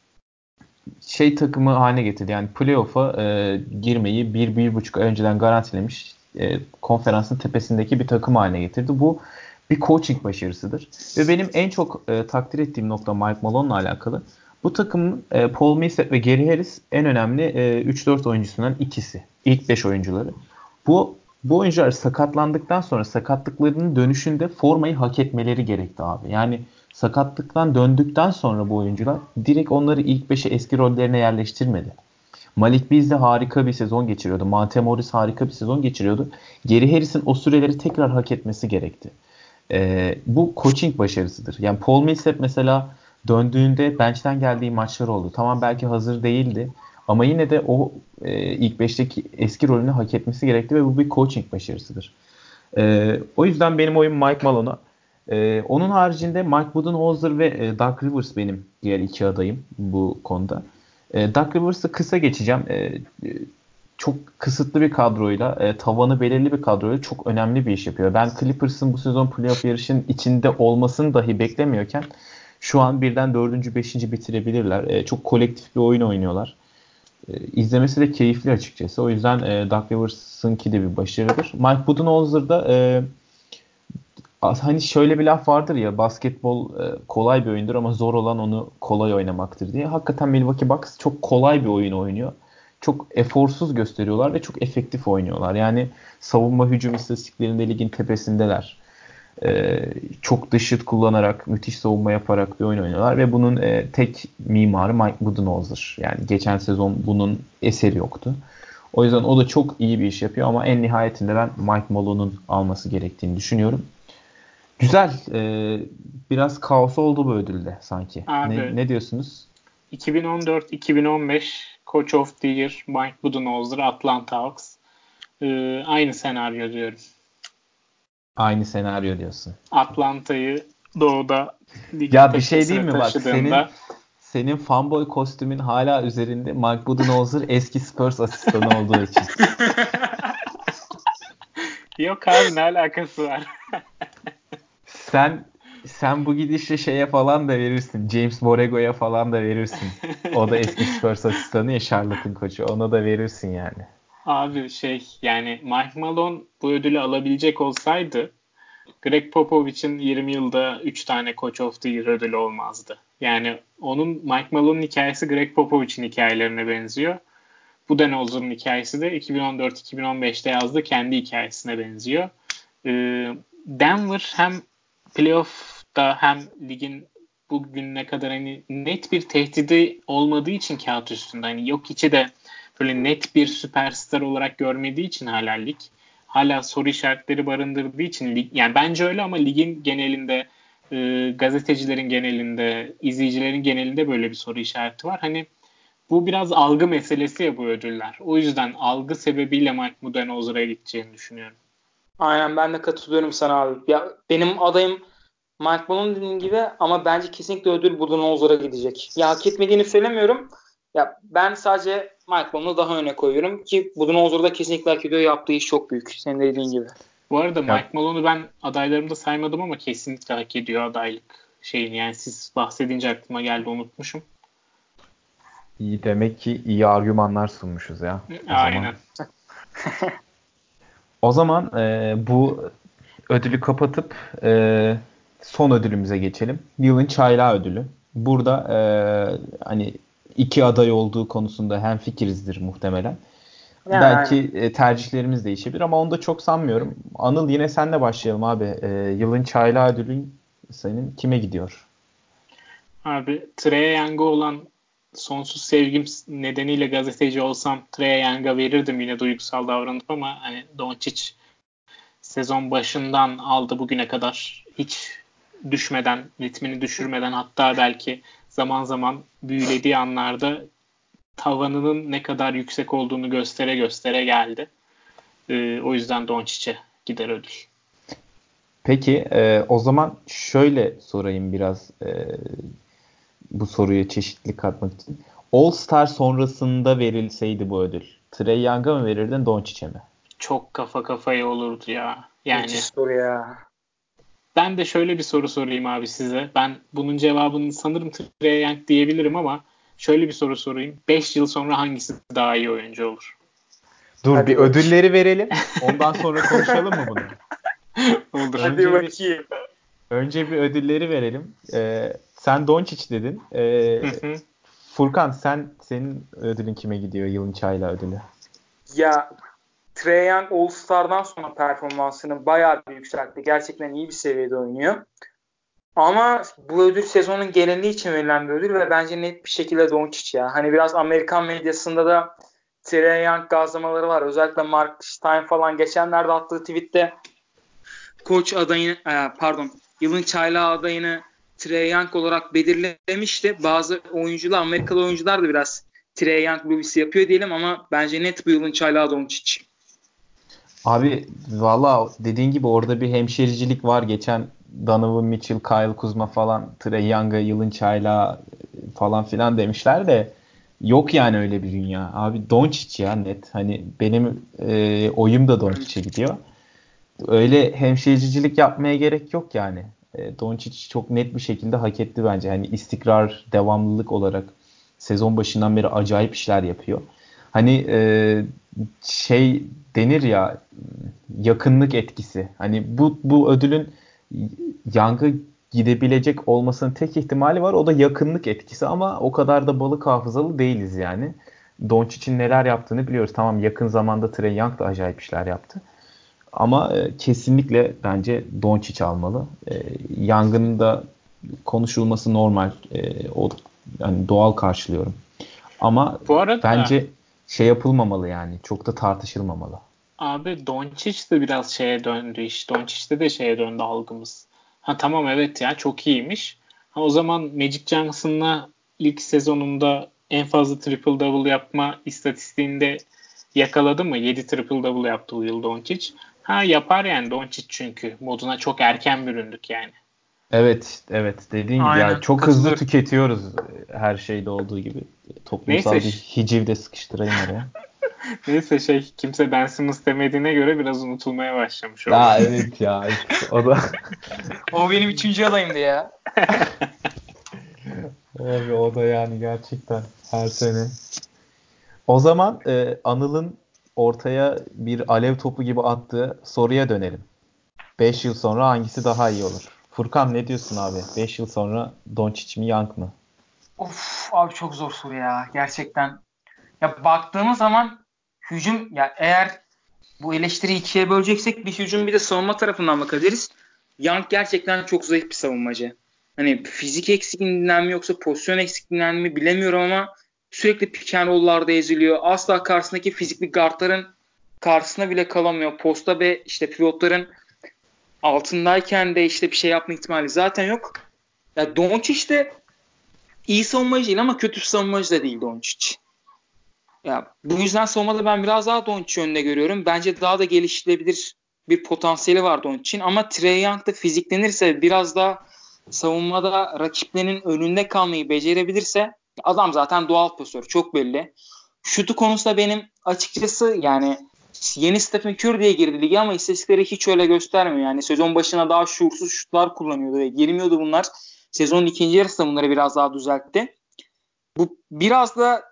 takımı haline getirdi. Yani playoff'a girmeyi 1-1,5 ay önceden garantilemiş konferansın tepesindeki bir takım haline getirdi. Bu bir coaching başarısıdır. Ve benim en çok takdir ettiğim nokta Mike Malone'la alakalı. Bu takımın Paul Millsap ve Gary Harris en önemli 3-4 oyuncusundan ikisi. İlk 5 oyuncuları. Bu oyuncular sakatlandıktan sonra sakatlıklarının dönüşünde formayı hak etmeleri gerekti abi. Yani sakatlıktan döndükten sonra bu oyuncular direkt onları ilk 5'e eski rollerine yerleştirmedi. Malik Beasley harika bir sezon geçiriyordu. Monte Morris harika bir sezon geçiriyordu. Gary Harris'in o süreleri tekrar hak etmesi gerekti. Bu coaching başarısıdır. Yani Paul Millsap mesela döndüğünde bench'ten geldiği maçlar oldu. Tamam belki hazır değildi. Ama yine de o ilk 5'teki eski rolünü hak etmesi gerekti ve bu bir coaching başarısıdır. O yüzden benim oyum Mike Malone'a. Onun haricinde Mike Budenholzer ve Doug Rivers benim diğer iki adayım bu konuda. Doug Rivers'ı kısa geçeceğim. Çok kısıtlı bir kadroyla, tavanı belirli bir kadroyla çok önemli bir iş yapıyor. Ben Clippers'ın bu sezon playoff yarışının içinde olmasını dahi beklemiyorken şu an birden 4. 5. bitirebilirler. Çok kolektif bir oyun oynuyorlar. İzlemesi de keyifli açıkçası. O yüzden Doug Rivers'ınki de bir başarıdır. Mike Budenholzer'da hani şöyle bir laf vardır ya, basketbol kolay bir oyundur ama zor olan onu kolay oynamaktır diye. Hakikaten Milwaukee Bucks çok kolay bir oyun oynuyor. Çok eforsuz gösteriyorlar ve çok efektif oynuyorlar. Yani savunma hücum istatistiklerinde ligin tepesindeler. Çok dış şut kullanarak, müthiş savunma yaparak bir oyun oynuyorlar ve bunun tek mimarı Mike Budenholzer. Yani geçen sezon bunun eseri yoktu. O yüzden o da çok iyi bir iş yapıyor ama en nihayetinde ben Mike Malone'un alması gerektiğini düşünüyorum. Güzel. Biraz kaos oldu bu ödülde sanki. Abi Ne diyorsunuz? 2014-2015 Coach of the Year Mike Budenholzer Atlanta Hawks. Aynı senaryo diyorum. Aynı senaryo diyorsun. Atlanta'yı doğuda ligin Ya bir şey diyeyim tepesine mi bak, taşıdığında senin fanboy kostümün hala üzerinde, Mike Budenholzer eski Spurs asistanı olduğu için. yok abi ne alakası var? Sen bu gidişle şeye falan da verirsin. James Borrego'ya falan da verirsin. O da eski Spurs asistanı ya, Charlotte'ın koçu. Ona da verirsin yani. Abi yani Mike Malone bu ödülü alabilecek olsaydı Greg Popovich'in 20 yılda 3 tane Coach of the Year ödülü olmazdı. Yani Mike Malone'un hikayesi Greg Popovich'in hikayelerine benziyor. Budenholzer'ın hikayesi de 2014-2015'te yazdığı kendi hikayesine benziyor. Denver hem playoff'ta hem ligin bugüne kadar hani net bir tehdidi olmadığı için kağıt üstünde, hani yok içi de böyle net bir süperstar olarak görmediği için hala soru işaretleri barındırdığı için yani bence öyle, ama ligin genelinde, gazetecilerin genelinde, izleyicilerin genelinde böyle bir soru işareti var. Hani bu biraz algı meselesi ya bu ödüller. O yüzden algı sebebiyle Mike Budenholzer'a gideceğini düşünüyorum. Aynen, ben de katılıyorum sana abi. Ya benim adayım Mike Malone dediğin gibi, ama bence kesinlikle ödül Budenholzer'a gidecek. Ya hak etmediğini söylemiyorum. Ya ben sadece Mike Malone'u daha öne koyuyorum ki Budenholzer da kesinlikle hak ediyor. Yaptığı iş çok büyük. Senin de dediğin gibi. Bu arada Mike Malone'u ben adaylarımda saymadım ama kesinlikle hak ediyor adaylık şeyini. Yani siz bahsedince aklıma geldi, unutmuşum. İyi, demek ki iyi argümanlar sunmuşuz ya. Aynen. O zaman bu ödülü kapatıp son ödülümüze geçelim. Yılın Çaylağı ödülü. Burada hani iki aday olduğu konusunda hemfikirizdir muhtemelen. Yani Belki aynen. tercihlerimiz değişebilir ama onu da çok sanmıyorum. Anıl, yine senle başlayalım abi. Yılın Çaylağı ödülün senin kime gidiyor? Abi Trae Young'a olan sonsuz sevgim nedeniyle gazeteci olsam Trae Young'a verirdim yine duygusal davranıp, ama hani Doncic sezon başından aldı bugüne kadar hiç düşmeden, ritmini düşürmeden, hatta belki zaman zaman büyülediği anlarda tavanının ne kadar yüksek olduğunu göstere göstere geldi. O yüzden Doncic'e gider ödül. Peki o zaman şöyle sorayım biraz, bu soruya çeşitlilik katmak için. All Star sonrasında verilseydi bu ödül, Trae Young'a mı verirdin, Doncic'e mi? Çok kafa kafaya olurdu ya. Yani Müthiş soru ya. ben de şöyle bir soru sorayım abi size. Ben bunun cevabını sanırım Trae Young diyebilirim ama şöyle bir soru sorayım. 5 yıl sonra hangisi daha iyi oyuncu olur? Dur, bir Hadi bakayım. ödülleri verelim. Ondan sonra konuşalım mı bunu? Olur. Hadi bakayım. Önce bir ödülleri verelim. Sen Doncic dedin. Hı hı. Furkan, senin ödülün kime gidiyor? Yılın Çaylağı ödülü. Ya Trae Young All Star'dan sonra performansını bayağı bir yükseltti. Gerçekten iyi bir seviyede oynuyor. Ama bu ödül sezonun genelliği için verilen bir ödül ve bence net bir şekilde Doncic ya. Hani biraz Amerikan medyasında da Trae Young gazlamaları var. Özellikle Mark Stein falan geçenlerde attığı tweette koç adayını, yılın çaylağı adayını Trae Young olarak belirlemişti. Bazı oyuncular, Amerikalı oyuncular da biraz Trae Young lobisi yapıyor diyelim, ama bence net bu yılın çaylağı Doncic. Abi valla dediğin gibi orada bir hemşericilik var. Geçen Donovan Mitchell, Kyle Kuzma falan Trae Young'a yılın çaylağı falan filan demişler de yok yani öyle bir dünya. Abi Doncic ya, net. Hani benim oyum da Doncic'e gidiyor. Öyle hemşericilik yapmaya gerek yok yani. Doncic çok net bir şekilde hak etti bence. Hani istikrar, devamlılık olarak sezon başından beri acayip işler yapıyor. Hani şey denir ya, yakınlık etkisi. Hani bu ödülün Young'a gidebilecek olmasının tek ihtimali var. O da yakınlık etkisi, ama o kadar da balık hafızalı değiliz yani. Doncic'in neler yaptığını biliyoruz. Tamam, yakın zamanda Trae Young da acayip işler yaptı. Ama kesinlikle bence Doncic almalı. Young'ın da konuşulması normal. O yani doğal karşılıyorum. Ama Bu arada bence şey yapılmamalı yani. Çok da tartışılmamalı. abi Doncic de biraz şeye döndü iş. Doncic'te de şeye döndü algımız. Ha tamam, evet ya, çok iyiymiş. Ha, o zaman Magic Johnson'la ilk sezonunda en fazla triple double yapma istatistiğinde yakaladı mı? 7 triple double yaptı bu yıl Doncic. Ha yapar yani Doncic, çünkü moduna çok erken büründük yani. Evet, evet, dediğin gibi ya, Aynen, çok hızlı katılıyorum. tüketiyoruz her şeyde olduğu gibi. Neyse Toplumsal bir hiciv de sıkıştırayım oraya. neyse kimse Ben Simmons demediğine göre biraz unutulmaya başlamış Ya orada. evet ya, o da O benim 3. adayımdı ya. abi, o da yani gerçekten her sene. O zaman Anıl'ın ortaya bir alev topu gibi attığı soruya dönelim. 5 yıl sonra hangisi daha iyi olur? Furkan, ne diyorsun abi? 5 yıl sonra Doncic mi, Young mı? Of abi, çok zor soru ya gerçekten. Ya baktığımız zaman hücum, ya eğer bu eleştiriyi ikiye böleceksek bir hücum bir de savunma tarafından bakabiliriz. Young gerçekten çok zayıf bir savunmacı. hani fizik eksikliğinden mi yoksa pozisyon eksikliğinden mi bilemiyorum ama sürekli pick and roll'larda eziliyor. Asla karşısındaki fizikli guardların karşısına bile kalamıyor. Posta ve işte pivotların altındayken de işte bir şey yapma ihtimali zaten yok. Ya Doncic de iyi savunmacı değil ama kötü savunmacı da değil Doncic. Ya bu yüzden savunmada ben biraz daha Doncic'i önde görüyorum. Bence daha da geliştirilebilir bir potansiyeli var Doncic'in ama Trae Young da fiziklenirse biraz daha savunmada rakiplerinin önünde kalmayı becerebilirse adam zaten doğal pasör çok belli. Şutu konusunda benim açıkçası yani yeni Stephen Curry diye girdi lige ama istatistikleri hiç öyle göstermiyor. Yani sezon başına daha şuursuz şutlar kullanıyordu ve girmiyordu bunlar. Sezonun ikinci yarısında bunları biraz daha düzeltti. Bu biraz da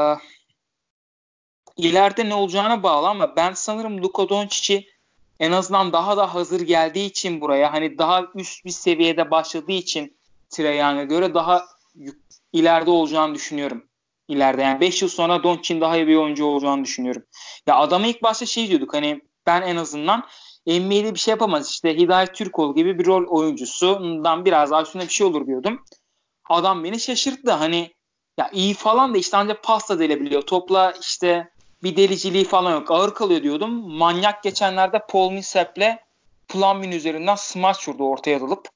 ileride ne olacağına bağlı ama ben sanırım Luka Doncic'i en azından daha da hazır geldiği için buraya hani daha üst bir seviyede başladığı için Trae Young'a göre daha ileride olacağını düşünüyorum. İleride yani 5 yıl sonra Doncic'in daha iyi bir oyuncu olacağını düşünüyorum. Ya adama ilk başta şey diyorduk hani ben en azından NBA'de bir şey yapamaz işte Hidayet Türkoğlu gibi bir rol oyuncusundan biraz daha üstünde bir şey olur diyordum. Adam beni şaşırttı hani ya iyi falan da işte ancak pasta delebiliyor. Topla işte bir deliciliği falan yok. Ağır kalıyor diyordum. Manyak geçenlerde Paul Millsap'le Plumlee üzerinden smaç vurdu ortaya dalıp.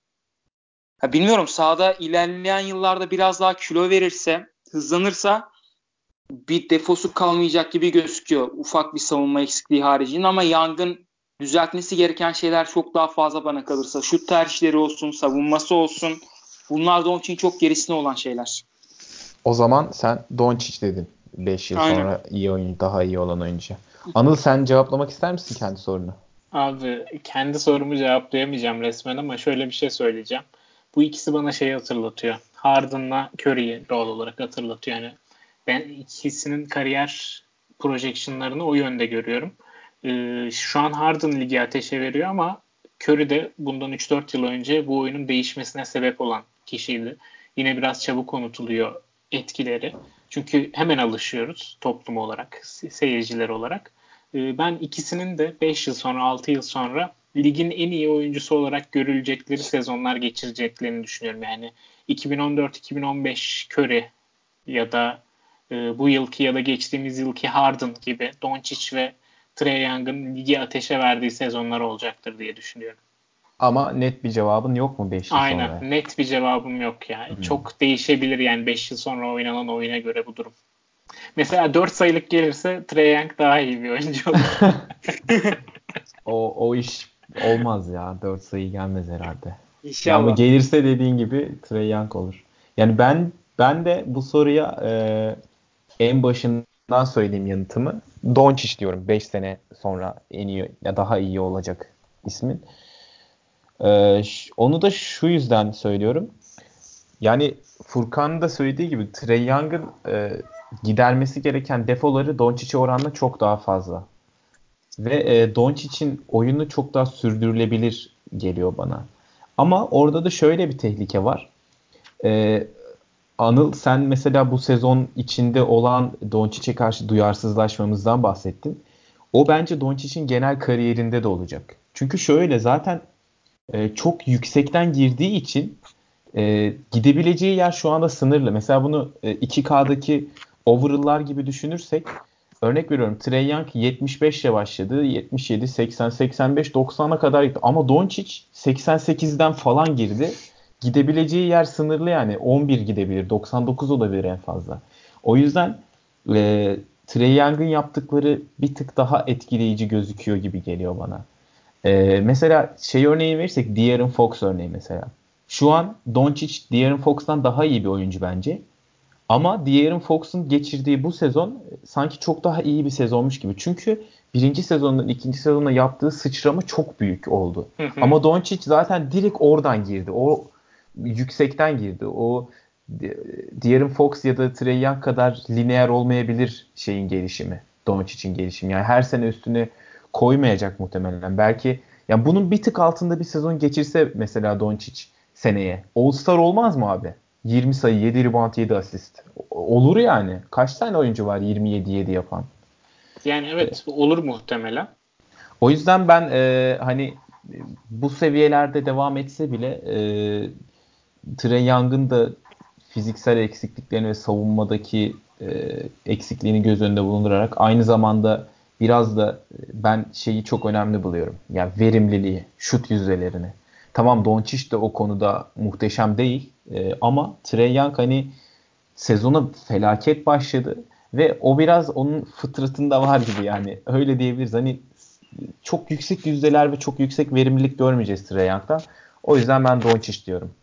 Ya bilmiyorum sahada ilerleyen yıllarda biraz daha kilo verirse, hızlanırsa bir defosu kalmayacak gibi gözüküyor. Ufak bir savunma eksikliği haricinde ama Young'ın düzeltmesi gereken şeyler çok daha fazla bana kalırsa. Şut tercihleri olsun, savunması olsun. Bunlar da onun için çok gerisinde olan şeyler. O zaman sen Doncic dedin. 5 yıl Aynen. sonra iyi oyuncu, daha iyi olan oyuncu. Anıl sen cevaplamak ister misin kendi sorunu? Abi kendi sorumu cevaplayamayacağım resmen ama şöyle bir şey söyleyeceğim. Bu ikisi bana şeyi hatırlatıyor. Harden'la Curry'i doğal olarak hatırlatıyor. Yani ben ikisinin kariyer projection'larını o yönde görüyorum. Şu an Harden ligi ateşe veriyor ama Curry de bundan 3-4 yıl önce bu oyunun değişmesine sebep olan kişiydi. Yine biraz çabuk unutuluyor etkileri. Çünkü hemen alışıyoruz toplum olarak, seyirciler olarak. Ben ikisinin de 5 yıl sonra 6 yıl sonra ligin en iyi oyuncusu olarak görülecekleri sezonlar geçireceklerini düşünüyorum. Yani 2014-2015 Curry ya da bu yılki ya da geçtiğimiz yılki Harden gibi Doncic ve Trae Young'ın ligi ateşe verdiği sezonlar olacaktır diye düşünüyorum. Ama net bir cevabın yok mu 5 yıl Aynen. sonra? Net bir cevabım yok ya. Hmm. Çok değişebilir yani 5 yıl sonra oynanan oyuna göre bu durum. Mesela 4 sayılık gelirse Trae Young daha iyi bir oyuncu olur. O iş olmaz ya. 4 sayı gelmez herhalde. Ya ama İnşallah. gelirse dediğin gibi Trae Young olur. Yani ben de bu soruya en başından söyleyeyim yanıtımı. Doncic diyorum. 5 sene sonra en iyi ya daha iyi olacak ismin. Onu da şu yüzden söylüyorum. Yani Furkan'ın da söylediği gibi Trae Young'ın gidermesi gereken defoları Doncic'e oranla çok daha fazla. Ve Doncic'in oyunu çok daha sürdürülebilir geliyor bana. Ama orada da şöyle bir tehlike var. E, Anıl sen mesela bu sezon içinde olan Doncic'e karşı duyarsızlaşmamızdan bahsettin. O bence Doncic'in genel kariyerinde de olacak. Çünkü şöyle zaten çok yüksekten girdiği için gidebileceği yer şu anda sınırlı. Mesela bunu 2K'daki overall'lar gibi düşünürsek örnek veriyorum Trae Young 75 ile başladı. 77, 80, 85, 90'a kadar gitti. Ama Doncic 88'den falan girdi. Gidebileceği yer sınırlı yani. 11 gidebilir, 99 olabilir en fazla. O yüzden Trae Young'ın yaptıkları bir tık daha etkileyici gözüküyor gibi geliyor bana. Mesela şey örneği verirsek De'Aaron Fox örneği mesela. Şu an Doncic De'Aaron Fox'tan daha iyi bir oyuncu bence. Ama De'Aaron Fox'un geçirdiği bu sezon sanki çok daha iyi bir sezonmuş gibi. Çünkü birinci sezondan ikinci sezona yaptığı sıçrama çok büyük oldu. Ama Doncic zaten direkt oradan girdi. O yüksekten girdi. O De'Aaron Fox ya da Trae Young kadar lineer olmayabilir şeyin gelişimi. Doncic'in gelişimi. Yani her sene üstüne koymayacak muhtemelen. Belki yani bunun bir tık altında bir sezon geçirse mesela Doncic seneye. All-Star olmaz mı abi? 20 sayı, 7 rebound, 7 asist. Olur yani. Kaç tane oyuncu var 27-7 yapan? Yani evet olur muhtemelen. O yüzden ben hani bu seviyelerde devam etse bile Trae Young'ın da fiziksel eksikliklerini ve savunmadaki eksikliğini göz önünde bulundurarak aynı zamanda biraz da ben şeyi çok önemli buluyorum. Yani verimliliği, şut yüzdelerini. Tamam, Doncic de o konuda muhteşem değil ama Trae Young hani sezona felaket başladı ve o biraz onun fıtratında var gibi, yani öyle diyebiliriz. Hani çok yüksek yüzdeler ve çok yüksek verimlilik görmeyeceğiz Trae Young'dan. O yüzden ben Doncic diyorum.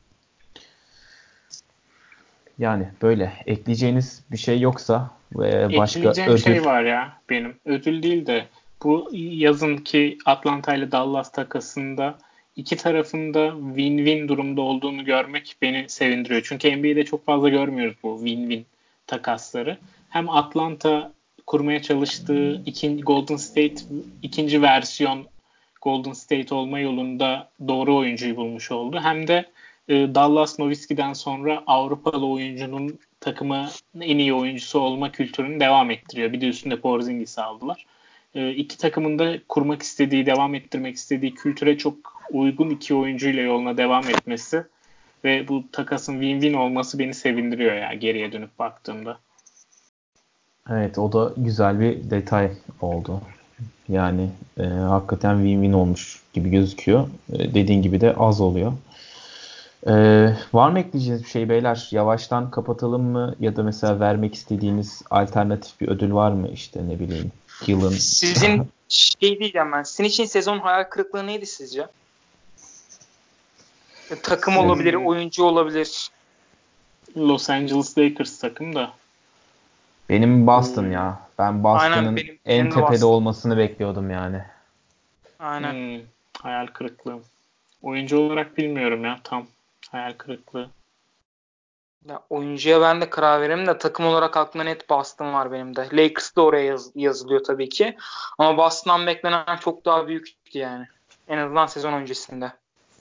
Yani böyle ekleyeceğiniz bir şey yoksa başka Ekleyeceğim ödül. şey var ya benim. Ödül değil de bu yazınki Atlanta ile Dallas takasında iki tarafında win-win durumda olduğunu görmek beni sevindiriyor. Çünkü NBA'de çok fazla görmüyoruz bu win-win takasları. Hem Atlanta kurmaya çalıştığı Golden State ikinci versiyon Golden State olma yolunda doğru oyuncuyu bulmuş oldu. Hem de Dallas Nowitzki'den sonra Avrupalı oyuncunun takımı en iyi oyuncusu olma kültürünü devam ettiriyor. Bir de üstünde Porzingis'i aldılar. İki takımın da kurmak istediği, devam ettirmek istediği kültüre çok uygun iki oyuncuyla yoluna devam etmesi ve bu takasın win-win olması beni sevindiriyor ya geriye dönüp baktığımda. Evet, o da güzel bir detay oldu. Yani hakikaten win-win olmuş gibi gözüküyor. Dediğin gibi de az oluyor. Var mı ekleyeceğiniz bir şey beyler? Yavaştan kapatalım mı? Ya da mesela vermek istediğiniz alternatif bir ödül var mı? İşte ne bileyim, yılın. Sizin şey diyeceğim ben. Sizin için sezon hayal kırıklığı neydi sizce? Takım olabilir, oyuncu olabilir. Los Angeles Lakers takım da. Benim Boston ya. Ben Aynen Boston'ın en benim de tepede Boston. olmasını bekliyordum yani. Aynen. Hayal kırıklığı. Oyuncu olarak bilmiyorum ya tam. Hayal kırıklığı. Ya oyuncuya ben de karar veririm de takım olarak aklımda net Boston var benim de. Lakers da oraya yazılıyor tabii ki. Ama Boston'dan beklenen çok daha büyüktü yani. En azından sezon öncesinde.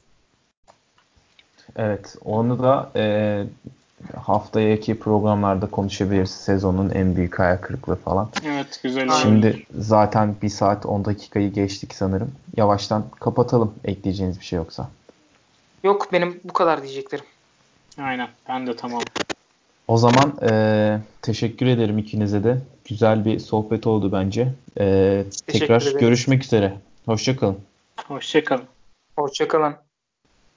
Evet, onu da haftaki programlarda konuşabiliriz. Sezonun en büyük hayal kırıklığı falan. Evet, güzel Şimdi olabilir. zaten 1 saat 10 dakikayı geçtik sanırım. Yavaştan kapatalım, ekleyeceğiniz bir şey yoksa. Yok, benim bu kadar diyeceklerim. Aynen, ben de tamam. O zaman teşekkür ederim ikinize de. Güzel bir sohbet oldu bence. Teşekkür Tekrar ederim. görüşmek üzere. Hoşça kalın. Hoşça kalın. Hoşça kalın.